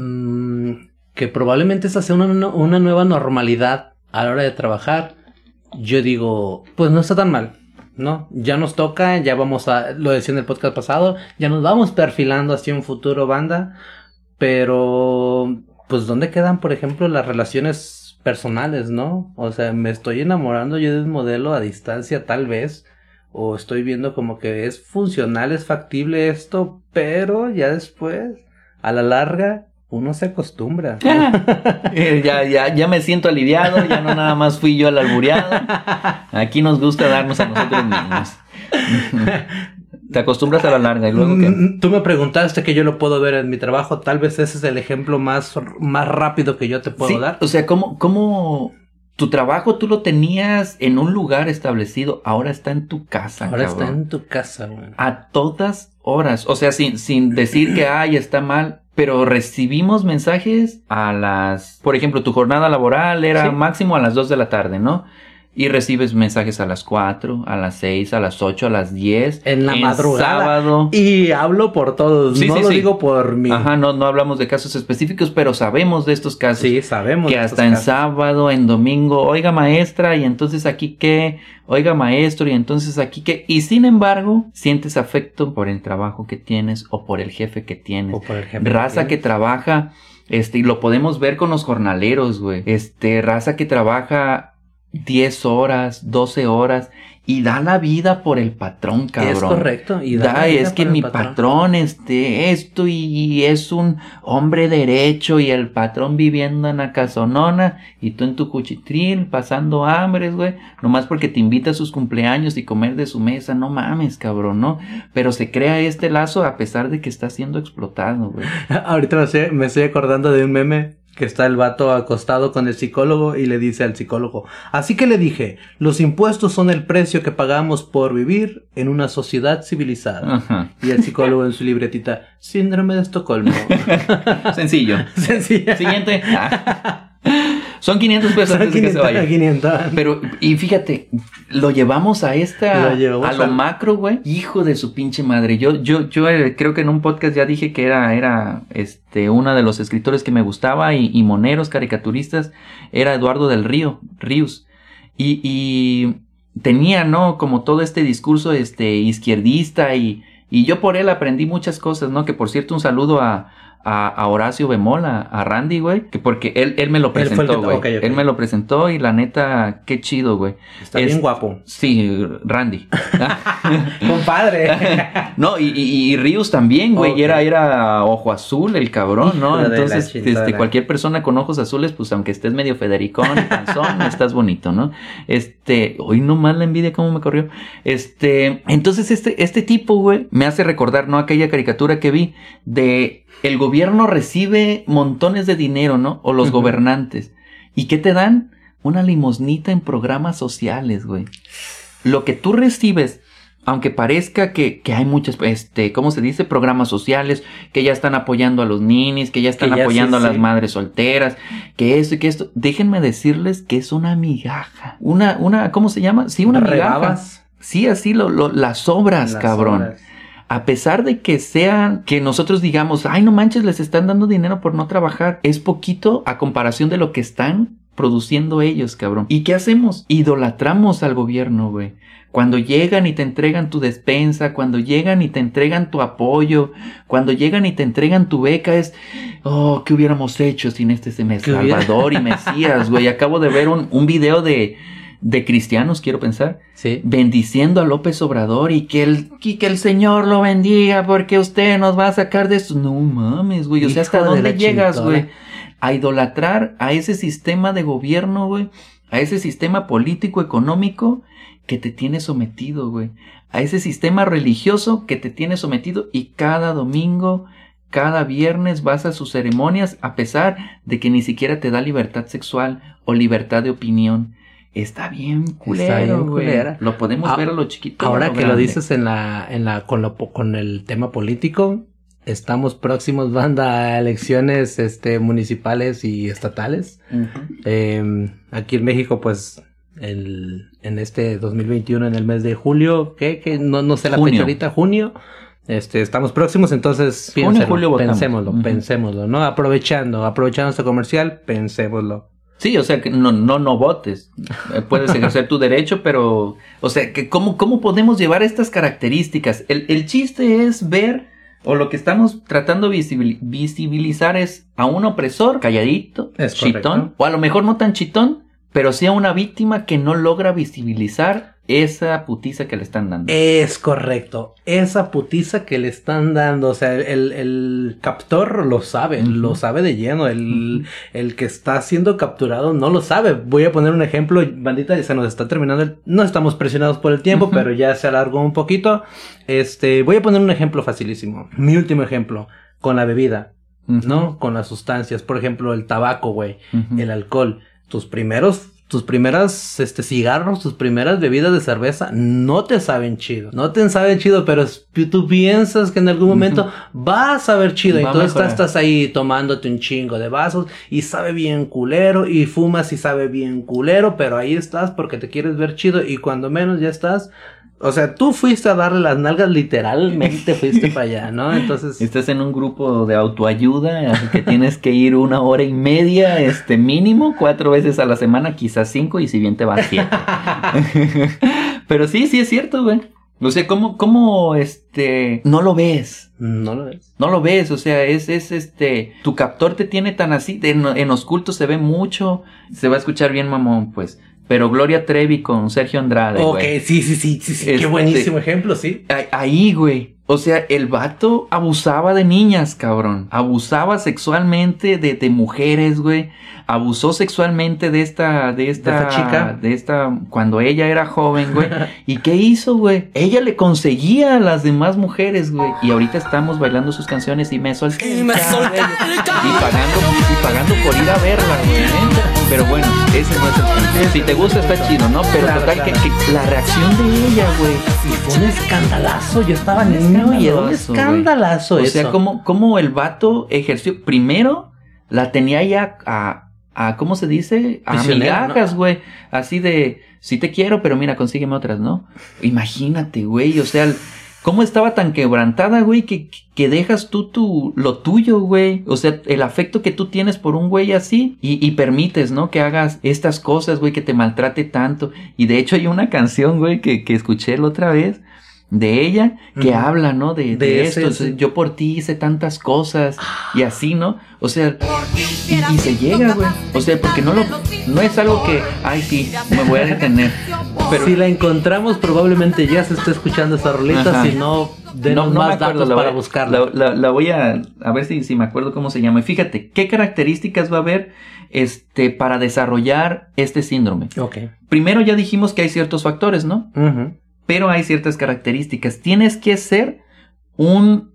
Que probablemente esa sea una nueva normalidad a la hora de trabajar. Yo digo, pues no está tan mal, ¿no? Ya nos toca, ya vamos lo decía en el podcast pasado, ya nos vamos perfilando hacia un futuro, banda. Pero, pues, ¿dónde quedan, por ejemplo, las relaciones personales, no? O sea, me estoy enamorando yo de un modelo a distancia, tal vez. O estoy viendo como que es funcional, es factible esto, pero ya después, a la larga, uno se acostumbra. Ya me siento aliviado, ya no nada más fui yo el albureado. Aquí nos gusta darnos a nosotros mismos. Te acostumbras a la larga y luego ¿qué? Tú me preguntaste que yo lo puedo ver en mi trabajo. Tal vez ese es el ejemplo más rápido que yo te puedo dar. O sea, ¿cómo tu trabajo tú lo tenías en un lugar establecido? Ahora está en tu casa, Ahora cabrón. está en tu casa, güey. A todas horas. O sea, sin decir que, está mal. Pero recibimos mensajes por ejemplo, tu jornada laboral era máximo a las 2 de la tarde, ¿no? Y recibes mensajes a las 4, a las 6, a las 8, a las 10. En la madrugada. Sábado. Y hablo por todos. No lo digo por mí. Ajá, no hablamos de casos específicos, pero sabemos de estos casos. Sí, sabemos. Que hasta en sábado, en domingo, oiga maestra, y entonces aquí qué, oiga maestro, y entonces aquí qué. Y sin embargo, sientes afecto por el trabajo que tienes o por el jefe que tienes. O por el jefe Raza que trabaja, y lo podemos ver con los jornaleros, güey. Raza que trabaja 10 horas, 12 horas y da la vida por el patrón, cabrón. Es correcto. Y es que mi patrón esto y es un hombre derecho y el patrón viviendo en la casonona y tú en tu cuchitril pasando hambres, güey, nomás porque te invita a sus cumpleaños y comer de su mesa. No mames, cabrón, ¿no? Pero se crea este lazo a pesar de que está siendo explotado, güey. Ahorita me estoy acordando de un meme que está el vato acostado con el psicólogo y le dice al psicólogo: así que le dije, los impuestos son el precio que pagamos por vivir en una sociedad civilizada. Ajá. Y el psicólogo en su libretita: síndrome de Estocolmo. Sencillo. Siguiente. Son 500 pesos antes de que se vaya. 500. Pero, y fíjate, lo llevamos a lo macro, güey. Hijo de su pinche madre. Yo creo que en un podcast ya dije que era uno de los escritores que me gustaba y moneros, caricaturistas, era Eduardo del Ríos. Y tenía, ¿no? Como todo este discurso, izquierdista y yo por él aprendí muchas cosas, ¿no? Que por cierto, un saludo a Horacio Bemol, a Randy, güey, que porque él me lo presentó, güey. Okay. Él me lo presentó y la neta, qué chido, güey. Está bien guapo. Sí, Randy. Compadre. No, y Ríos también, güey. Okay. Era ojo azul el cabrón, ¿no? Entonces, cualquier persona con ojos azules, pues aunque estés medio federicón y panzón, estás bonito, ¿no? Hoy nomás la envidia cómo me corrió. Entonces este tipo, güey, me hace recordar, ¿no? Aquella caricatura que vi de el gobierno recibe montones de dinero, ¿no? O los gobernantes. ¿Y qué te dan? Una limosnita en programas sociales, güey. Lo que tú recibes, aunque parezca que hay muchas, ¿cómo se dice? Programas sociales, que ya están apoyando a los ninis, que ya están apoyando a las madres solteras, que eso y que esto. Déjenme decirles que es una migaja. ¿Cómo se llama? Sí, una migaja. ¿Rebabas? Sí, así las obras, cabrón. Obras. A pesar de que nosotros digamos, ay, no manches, les están dando dinero por no trabajar, es poquito a comparación de lo que están produciendo ellos, cabrón. ¿Y qué hacemos? Idolatramos al gobierno, güey. Cuando llegan y te entregan tu despensa, cuando llegan y te entregan tu apoyo, cuando llegan y te entregan tu beca, ¿qué hubiéramos hecho sin este Salvador y Mesías, güey? Acabo de ver un video de cristianos, quiero pensar, sí, bendiciendo a López Obrador y que el Señor lo bendiga porque usted nos va a sacar de esto. No mames, güey, o sea, ¿hasta dónde llegas, güey? A idolatrar a ese sistema de gobierno, güey, a ese sistema político, económico que te tiene sometido, güey, a ese sistema religioso que te tiene sometido y cada domingo, cada viernes vas a sus ceremonias a pesar de que ni siquiera te da libertad sexual o libertad de opinión. Está bien culero, güey. Lo podemos ver a lo chiquito. Ahora que lo dices con el tema político, estamos próximos, banda, a elecciones municipales y estatales. Uh-huh. Aquí en México, pues, en este 2021, en el mes de julio, que no sé la fecha ahorita, junio. Estamos próximos, entonces pensémoslo, ¿no? Aprovechando este comercial, pensémoslo. Sí, o sea, que no votes. Puedes ejercer tu derecho, pero, o sea, que ¿cómo podemos llevar estas características? El chiste es ver, o lo que estamos tratando de visibilizar es a un opresor calladito, chitón, o a lo mejor no tan chitón, pero sí a una víctima que no logra visibilizar esa putiza que le están dando. Es correcto, esa putiza que le están dando, o sea, el captor lo sabe de lleno, el que está siendo capturado no lo sabe. Voy a poner un ejemplo, bandita, se nos está terminando, no estamos presionados por el tiempo, pero ya se alargó un poquito. Voy a poner un ejemplo facilísimo, mi último ejemplo, con la bebida, ¿no? Con las sustancias, por ejemplo, el tabaco, güey, el alcohol, tus primeras cigarros, tus primeras bebidas de cerveza no te saben chido. No te saben chido, pero tú piensas que en algún momento va a saber chido. Entonces estás ahí tomándote un chingo de vasos y sabe bien culero, y fumas y sabe bien culero, pero ahí estás porque te quieres ver chido, y cuando menos ya estás. O sea, tú fuiste a darle las nalgas, literalmente fuiste para allá, ¿no? Entonces... Estás en un grupo de autoayuda, así que tienes que ir 1.5 horas, mínimo, 4 veces a la semana, quizás 5, y si bien te vas 7. Pero sí es cierto, güey. O sea, ¿cómo, no lo ves? No lo ves. No lo ves, o sea, tu captor te tiene tan así, en osculto se ve mucho, se va a escuchar bien mamón, pues... Pero Gloria Trevi con Sergio Andrade, güey. Ok, sí. Qué buenísimo ejemplo, sí. Ahí, güey. O sea, el vato abusaba de niñas, cabrón. Abusaba sexualmente de mujeres, güey. Abusó sexualmente de esta chica. Cuando ella era joven, güey. ¿Y qué hizo, güey? Ella le conseguía a las demás mujeres, güey. Y ahorita estamos bailando sus canciones y me solté. Y pagando por ir a verla, güey. Pero bueno, ese no es el punto. Si te gusta está chido, ¿no? Pero claro, total, claro. Que la reacción de ella, güey. Y fue un escandalazo. Yo estaba niño y era un escandalazo, güey. O sea, como el vato ejerció. Primero, la tenía ya a ¿cómo se dice? A migajas, güey. ¿No? Así de, sí te quiero, pero mira, consígueme otras, ¿no? Imagínate, güey. O sea, ¿cómo estaba tan quebrantada, güey? Que dejas tú lo tuyo, güey. O sea, el afecto que tú tienes por un güey así. Y permites, ¿no? Que hagas estas cosas, güey, que te maltrate tanto. Y de hecho hay una canción, güey, que escuché la otra vez. De ella, que habla, ¿no? De esto. Sí. Yo por ti hice tantas cosas. Y así, ¿no? O sea, y se llega, güey. O sea, porque no es algo que, ay, sí, me voy a detener. Pero si la encontramos, probablemente ya se está escuchando esa rolita. Si no, denos más datos para buscarla. La voy a ver si me acuerdo cómo se llama. Y fíjate, ¿qué características va a haber para desarrollar este síndrome? Okay. Primero ya dijimos que hay ciertos factores, ¿no? Pero hay ciertas características. Tienes que ser una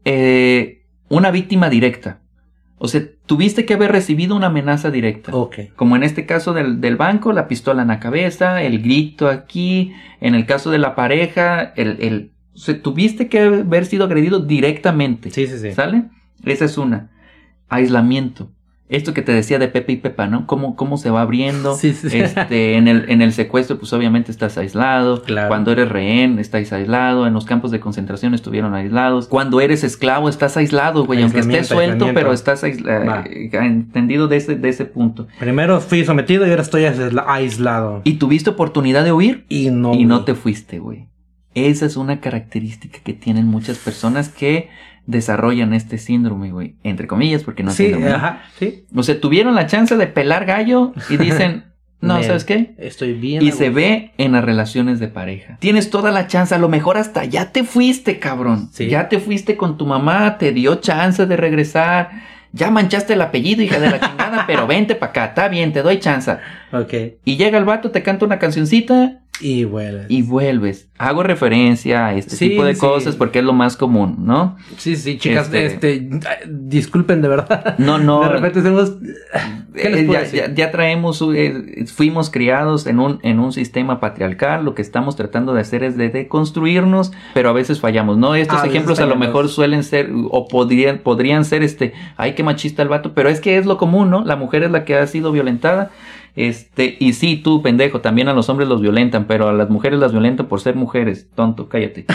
víctima directa. O sea, tuviste que haber recibido una amenaza directa. Okay. Como en este caso del banco, la pistola en la cabeza, el grito aquí. En el caso de la pareja, o sea, tuviste que haber sido agredido directamente. Sí. ¿Sale? Esa es una. Aislamiento. Esto que te decía de Pepe y Pepa, ¿no? Cómo se va abriendo. Sí. En el secuestro, pues obviamente estás aislado. Claro. Cuando eres rehén, estás aislado. En los campos de concentración estuvieron aislados. Cuando eres esclavo, estás aislado, güey. Aunque estés suelto, pero estás entendido de ese punto. Primero fui sometido y ahora estoy aislado. Y tuviste oportunidad de huir. Y no te fuiste, güey. Esa es una característica que tienen muchas personas que desarrollan este síndrome, güey. Entre comillas, porque no es síndrome. Sí. O sea, tuvieron la chance de pelar gallo y dicen, no, ¿sabes qué? Estoy bien. Y se ve en las relaciones de pareja. Tienes toda la chance, a lo mejor hasta ya te fuiste, cabrón. Sí. Ya te fuiste con tu mamá, te dio chance de regresar. Ya manchaste el apellido, hija de la chingada, pero vente para acá, está bien, te doy chance. Ok. Y llega el vato, te canta una cancioncita. Y vuelves. Hago referencia a este tipo de cosas porque es lo más común, ¿no? Sí, chicas, disculpen de verdad. No. De repente tenemos... ¿Qué les puedo decir? Ya traemos, fuimos criados en un sistema patriarcal. Lo que estamos tratando de hacer es de deconstruirnos, pero a veces fallamos, ¿no? Estos ejemplos a lo mejor suelen ser, o podrían ser ay, qué machista el vato, pero es que es lo común, ¿no? La mujer es la que ha sido violentada. Y sí, tú, pendejo, también a los hombres los violentan, pero a las mujeres las violentan por ser mujeres. Tonto, cállate.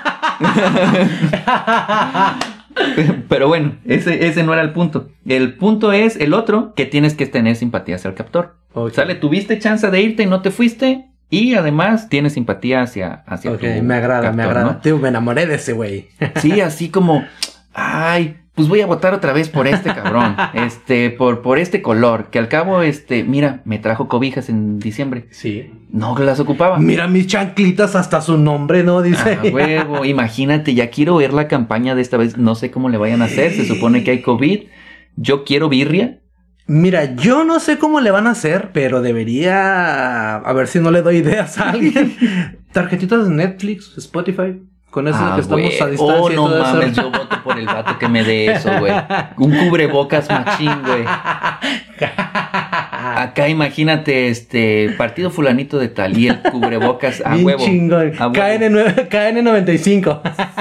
Pero bueno, ese no era el punto. El punto es el otro, que tienes que tener simpatía hacia el captor. Okay. ¿Sale? Tuviste chance de irte y no te fuiste. Y además tienes simpatía hacia okay, me agrada, captor, me agrada. ¿no? Tío, me enamoré de ese güey. Sí, así como, ay, pues voy a votar otra vez por este cabrón, por este color, que al cabo, mira, me trajo cobijas en diciembre. Sí. No las ocupaba. Mira mis chanclitas, hasta su nombre, ¿no? Dice. Huevo, imagínate, ya quiero ver la campaña de esta vez, no sé cómo le vayan a hacer, se supone que hay COVID, yo quiero birria. Mira, yo no sé cómo le van a hacer, pero debería, a ver si no le doy ideas a alguien. Tarjetitas de Netflix, Spotify. Con eso que estamos a distancia. Oh, y no todo mames, eso. yo voto por el vato que me dé eso, güey. Un cubrebocas machín, güey. Acá imagínate, partido fulanito de tal y el cubrebocas a Bien huevo. chingón. A huevo. KN95.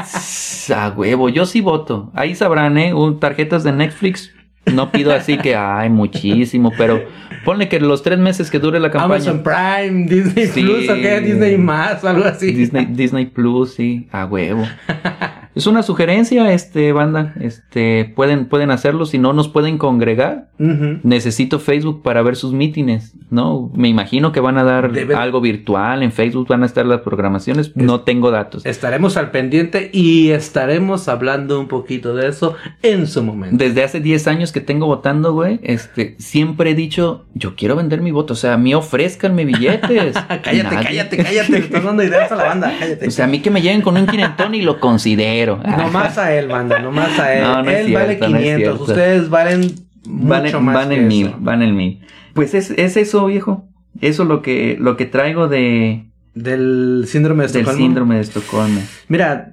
A huevo, yo sí voto. Ahí sabrán, tarjetas de Netflix. No pido así que hay muchísimo, pero ponle que los 3 meses que dure la campaña. Amazon Prime, Disney Sí. Plus, ¿o qué? Disney más, algo así. Disney Plus, sí, a huevo. Es una sugerencia, banda. Pueden hacerlo, si no nos pueden congregar. Ujú. Necesito Facebook para ver sus mítines, ¿no? Me imagino que van a dar algo virtual en Facebook, van a estar las programaciones, no tengo datos. Estaremos al pendiente y estaremos hablando un poquito de eso en su momento. Desde hace 10 años que tengo votando, güey, siempre he dicho, yo quiero vender mi voto, o sea, a mí ofrézcanme billetes. Cállate, le estás dando ideas a la banda, cállate. O sea, a mí que me lleguen con un quinentón y lo considero. Nomás a él, banda, nomás a él. No, no es Él cierto, vale no es 500, cierto. ustedes valen mucho más van que en 1000, eso. van en 1000. Pues es eso, viejo. Eso lo que traigo Del síndrome de del Estocolmo. síndrome de Estocolmo. Mira,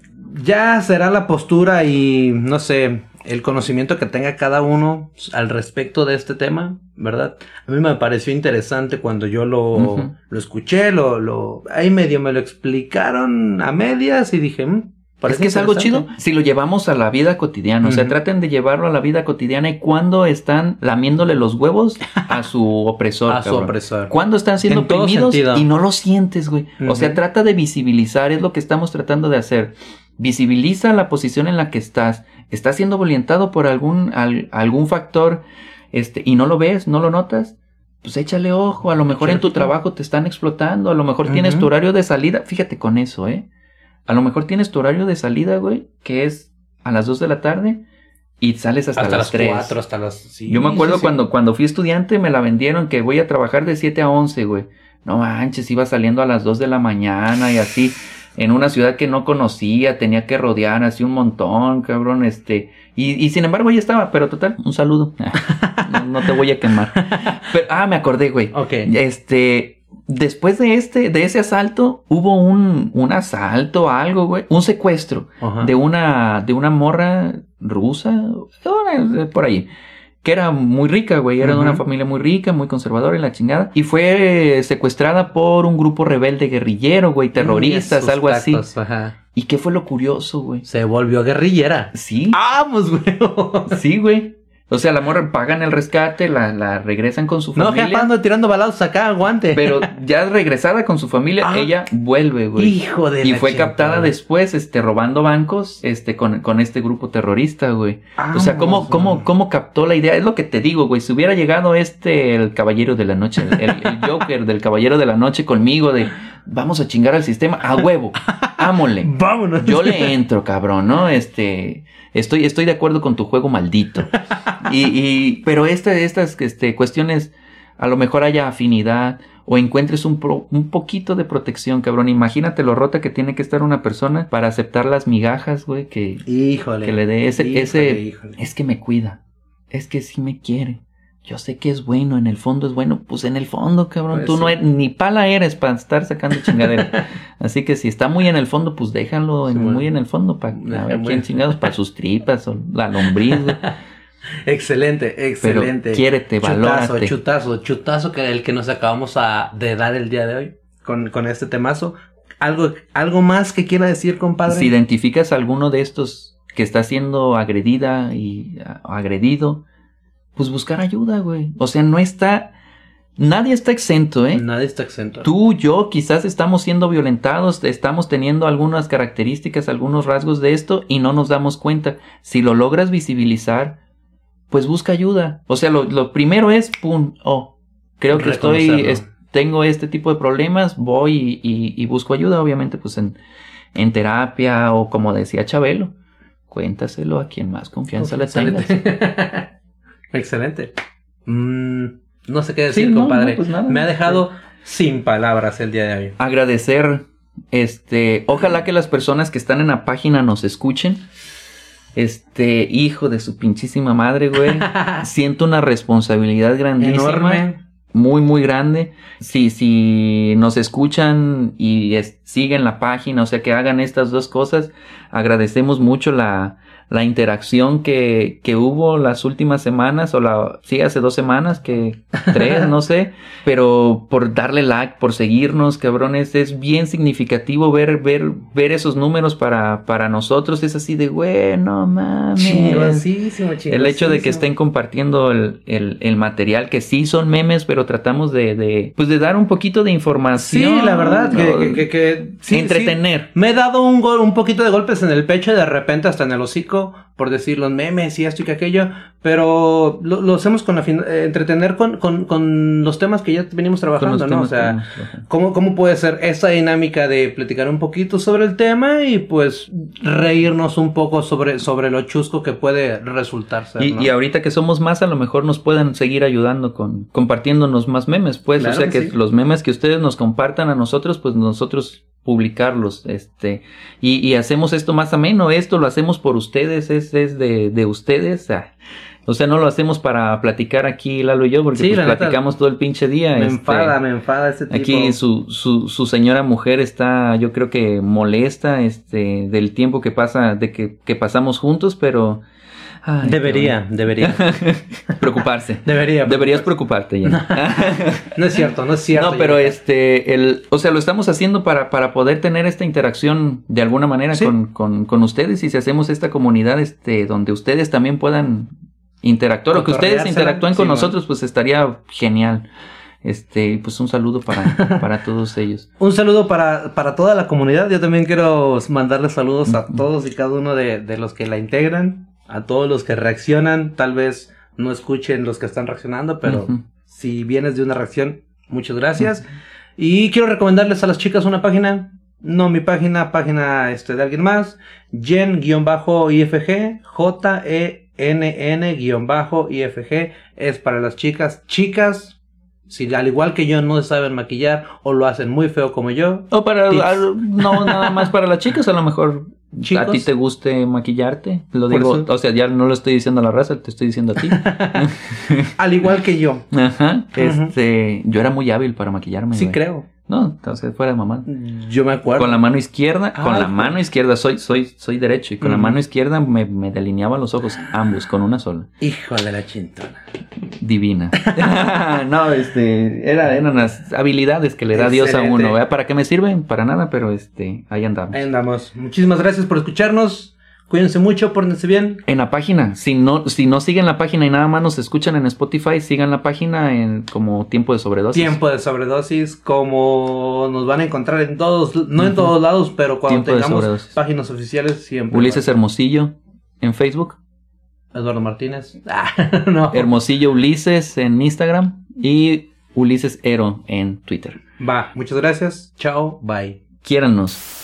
ya será la postura y, no sé, el conocimiento que tenga cada uno al respecto de este tema, ¿verdad? A mí me pareció interesante cuando yo lo escuché, ahí medio me lo explicaron a medias y dije, Es que es algo chido si lo llevamos a la vida cotidiana. O sea, traten de llevarlo a la vida cotidiana y cuando están lamiéndole los huevos a su opresor. A su opresor. Cuando están siendo En todo oprimidos sentido. y no lo sientes, güey. O sea, trata de visibilizar, es lo que estamos tratando de hacer. Visibiliza la posición en la que estás. Estás siendo violentado por algún factor, y no lo ves, no lo notas. Pues échale ojo. A lo mejor en tu trabajo te están explotando. A lo mejor tienes tu horario de salida. Fíjate con eso, A lo mejor tienes tu horario de salida, güey, que es a las 2 de la tarde y sales hasta las 3. 4, hasta las... Sí, yo me acuerdo sí. Cuando fui estudiante me la vendieron que voy a trabajar de 7 a 11, güey. No manches, iba saliendo a las 2 de la mañana y así, en una ciudad que no conocía, tenía que rodear así un montón, cabrón, y sin embargo ahí estaba, pero total, un saludo. No te voy a quemar. Pero, me acordé, güey. Ok. Después de ese asalto, hubo un asalto, algo, güey. Un secuestro de una morra rusa, por ahí. Que era muy rica, güey. Era de una familia muy rica, muy conservadora y la chingada. Y fue secuestrada por un grupo rebelde guerrillero, güey. Terroristas, algo así. Ajá. ¿Y qué fue lo curioso, güey? Se volvió guerrillera. Sí. ¡Vamos, güey! Sí, güey. O sea, la morra pagan el rescate, la regresan con su familia. No, jefa, ando tirando balazos acá, aguante. Pero ya regresada con su familia, ella vuelve, güey. Hijo de Y la fue chingada. captada después, robando bancos, con este grupo terrorista, güey. O sea, ¿cómo captó la idea? Es lo que te digo, güey. Si hubiera llegado el caballero de la noche, el Joker del caballero de la noche conmigo de... Vamos a chingar al sistema, a huevo, ámole. Vámonos. Yo le entro, cabrón, ¿no? Estoy de acuerdo con tu juego maldito. Pero estas cuestiones, a lo mejor haya afinidad o encuentres un poquito de protección, cabrón. Imagínate lo rota que tiene que estar una persona para aceptar las migajas, güey, que le dé ese. Es que me cuida, es que sí me quiere. Yo sé que es bueno, en el fondo es bueno. Pues en el fondo, cabrón, Pues tú sí. no eres, ni pala eres para estar sacando chingadera. Así que si está muy en el fondo, pues déjalo muy en el fondo para ver quién chingados, para sus tripas o la lombriz, güey. Excelente. Pero quiérete, valórate. Chutazo que el que nos acabamos de dar el día de hoy con este temazo. ¿Algo más que quiera decir, compadre? Si identificas a alguno de estos que está siendo agredida y agredido, pues buscar ayuda, güey. O sea, nadie está exento, Nadie está exento. Tú, yo, quizás estamos siendo violentados, estamos teniendo algunas características, algunos rasgos de esto y no nos damos cuenta. Si lo logras visibilizar, pues busca ayuda. O sea, lo primero es, creo que tengo este tipo de problemas, voy y busco ayuda, obviamente, pues en terapia o como decía Chabelo. cuéntaselo a quien más confianza le Excelente. tengas. Excelente. No sé qué decir, Sí, no, compadre. no, pues nada. Me ha dejado sin palabras el día de hoy. Agradecer, ojalá que las personas que están en la página nos escuchen. Hijo de su pinchísima madre, güey. Siento una responsabilidad grandísima. Enorme. Muy, muy grande. Si nos escuchan y siguen la página, o sea, que hagan estas dos cosas, agradecemos mucho la interacción que hubo las últimas semanas, hace 2 semanas, 3, no sé, pero por darle like, por seguirnos, cabrones, es bien significativo ver esos números para nosotros. Es así de, güey, no mames. Chingosísimo. El hecho de que estén compartiendo el material, que sí son memes, pero tratamos de dar un poquito de información. Sí, la verdad, ¿no? que sí, entretener. Sí. Me he dado un poquito de golpes en el pecho, de repente hasta en el hocico, por decir los memes y esto y que aquello, pero lo hacemos con entretener con los temas que ya venimos trabajando, ¿no? O sea, ¿cómo puede ser esa dinámica de platicar un poquito sobre el tema y pues reírnos un poco sobre lo chusco que puede resultar ser, ¿no? Y ahorita que somos más, a lo mejor nos pueden seguir ayudando compartiéndonos más memes, pues, claro, o sea, que sí, los memes que ustedes nos compartan a nosotros, pues nosotros publicarlos, y hacemos esto más ameno. Esto lo hacemos por ustedes, es de ustedes, o sea, no lo hacemos para platicar aquí Lalo y yo, porque sí, pues platicamos todo el pinche día. Me enfada este tipo. Aquí su señora mujer está, yo creo que molesta, del tiempo que pasa, que pasamos juntos, pero... Ay, debería preocuparse. Deberías preocuparte ya. No es cierto. No, pero o sea, lo estamos haciendo para poder tener esta interacción de alguna manera, ¿sí?, con ustedes, y si hacemos esta comunidad donde ustedes también puedan interactuar, o que ustedes interactúen con nosotros, pues estaría genial. Pues un saludo para todos ellos. Un saludo para toda la comunidad. Yo también quiero mandarles saludos a todos y cada uno de los que la integran. A todos los que reaccionan, tal vez no escuchen los que están reaccionando, pero si vienes de una reacción, muchas gracias. Y quiero recomendarles a las chicas una página, no mi página de alguien más, Jen-IFG, JENN-IFG, es para las chicas. Chicas, si al igual que yo no saben maquillar o lo hacen muy feo como yo. O no, nada más para las chicas, a lo mejor... ¿Chicos? ¿A ti te guste maquillarte? Lo digo, o sea, ya no lo estoy diciendo a la raza, te estoy diciendo a ti. Al igual que yo. Ajá. Yo era muy hábil para maquillarme. Sí, güey. creo. No, entonces fuera de mamá. Yo me acuerdo. Con la mano izquierda, soy derecho, y con la mano izquierda me delineaba los ojos, ambos, con una sola. Hijo de la chintona. Divina. No, eran las habilidades que le da Dios a uno, ¿verdad? ¿Para qué me sirven? Para nada, pero ahí andamos. Ahí andamos. Muchísimas gracias por escucharnos. Cuídense mucho, pórtense bien. En la página, si no siguen la página y nada más nos escuchan en Spotify, sigan la página como Tiempo de Sobredosis. Tiempo de Sobredosis, como nos van a encontrar en todos, no en todos lados, pero cuando tengamos páginas oficiales siempre. Ulises Hermosillo en Facebook. Eduardo Martínez. No. Hermosillo Ulises en Instagram y Ulises Ero en Twitter. Va, muchas gracias. Chao, bye. Quiérannos.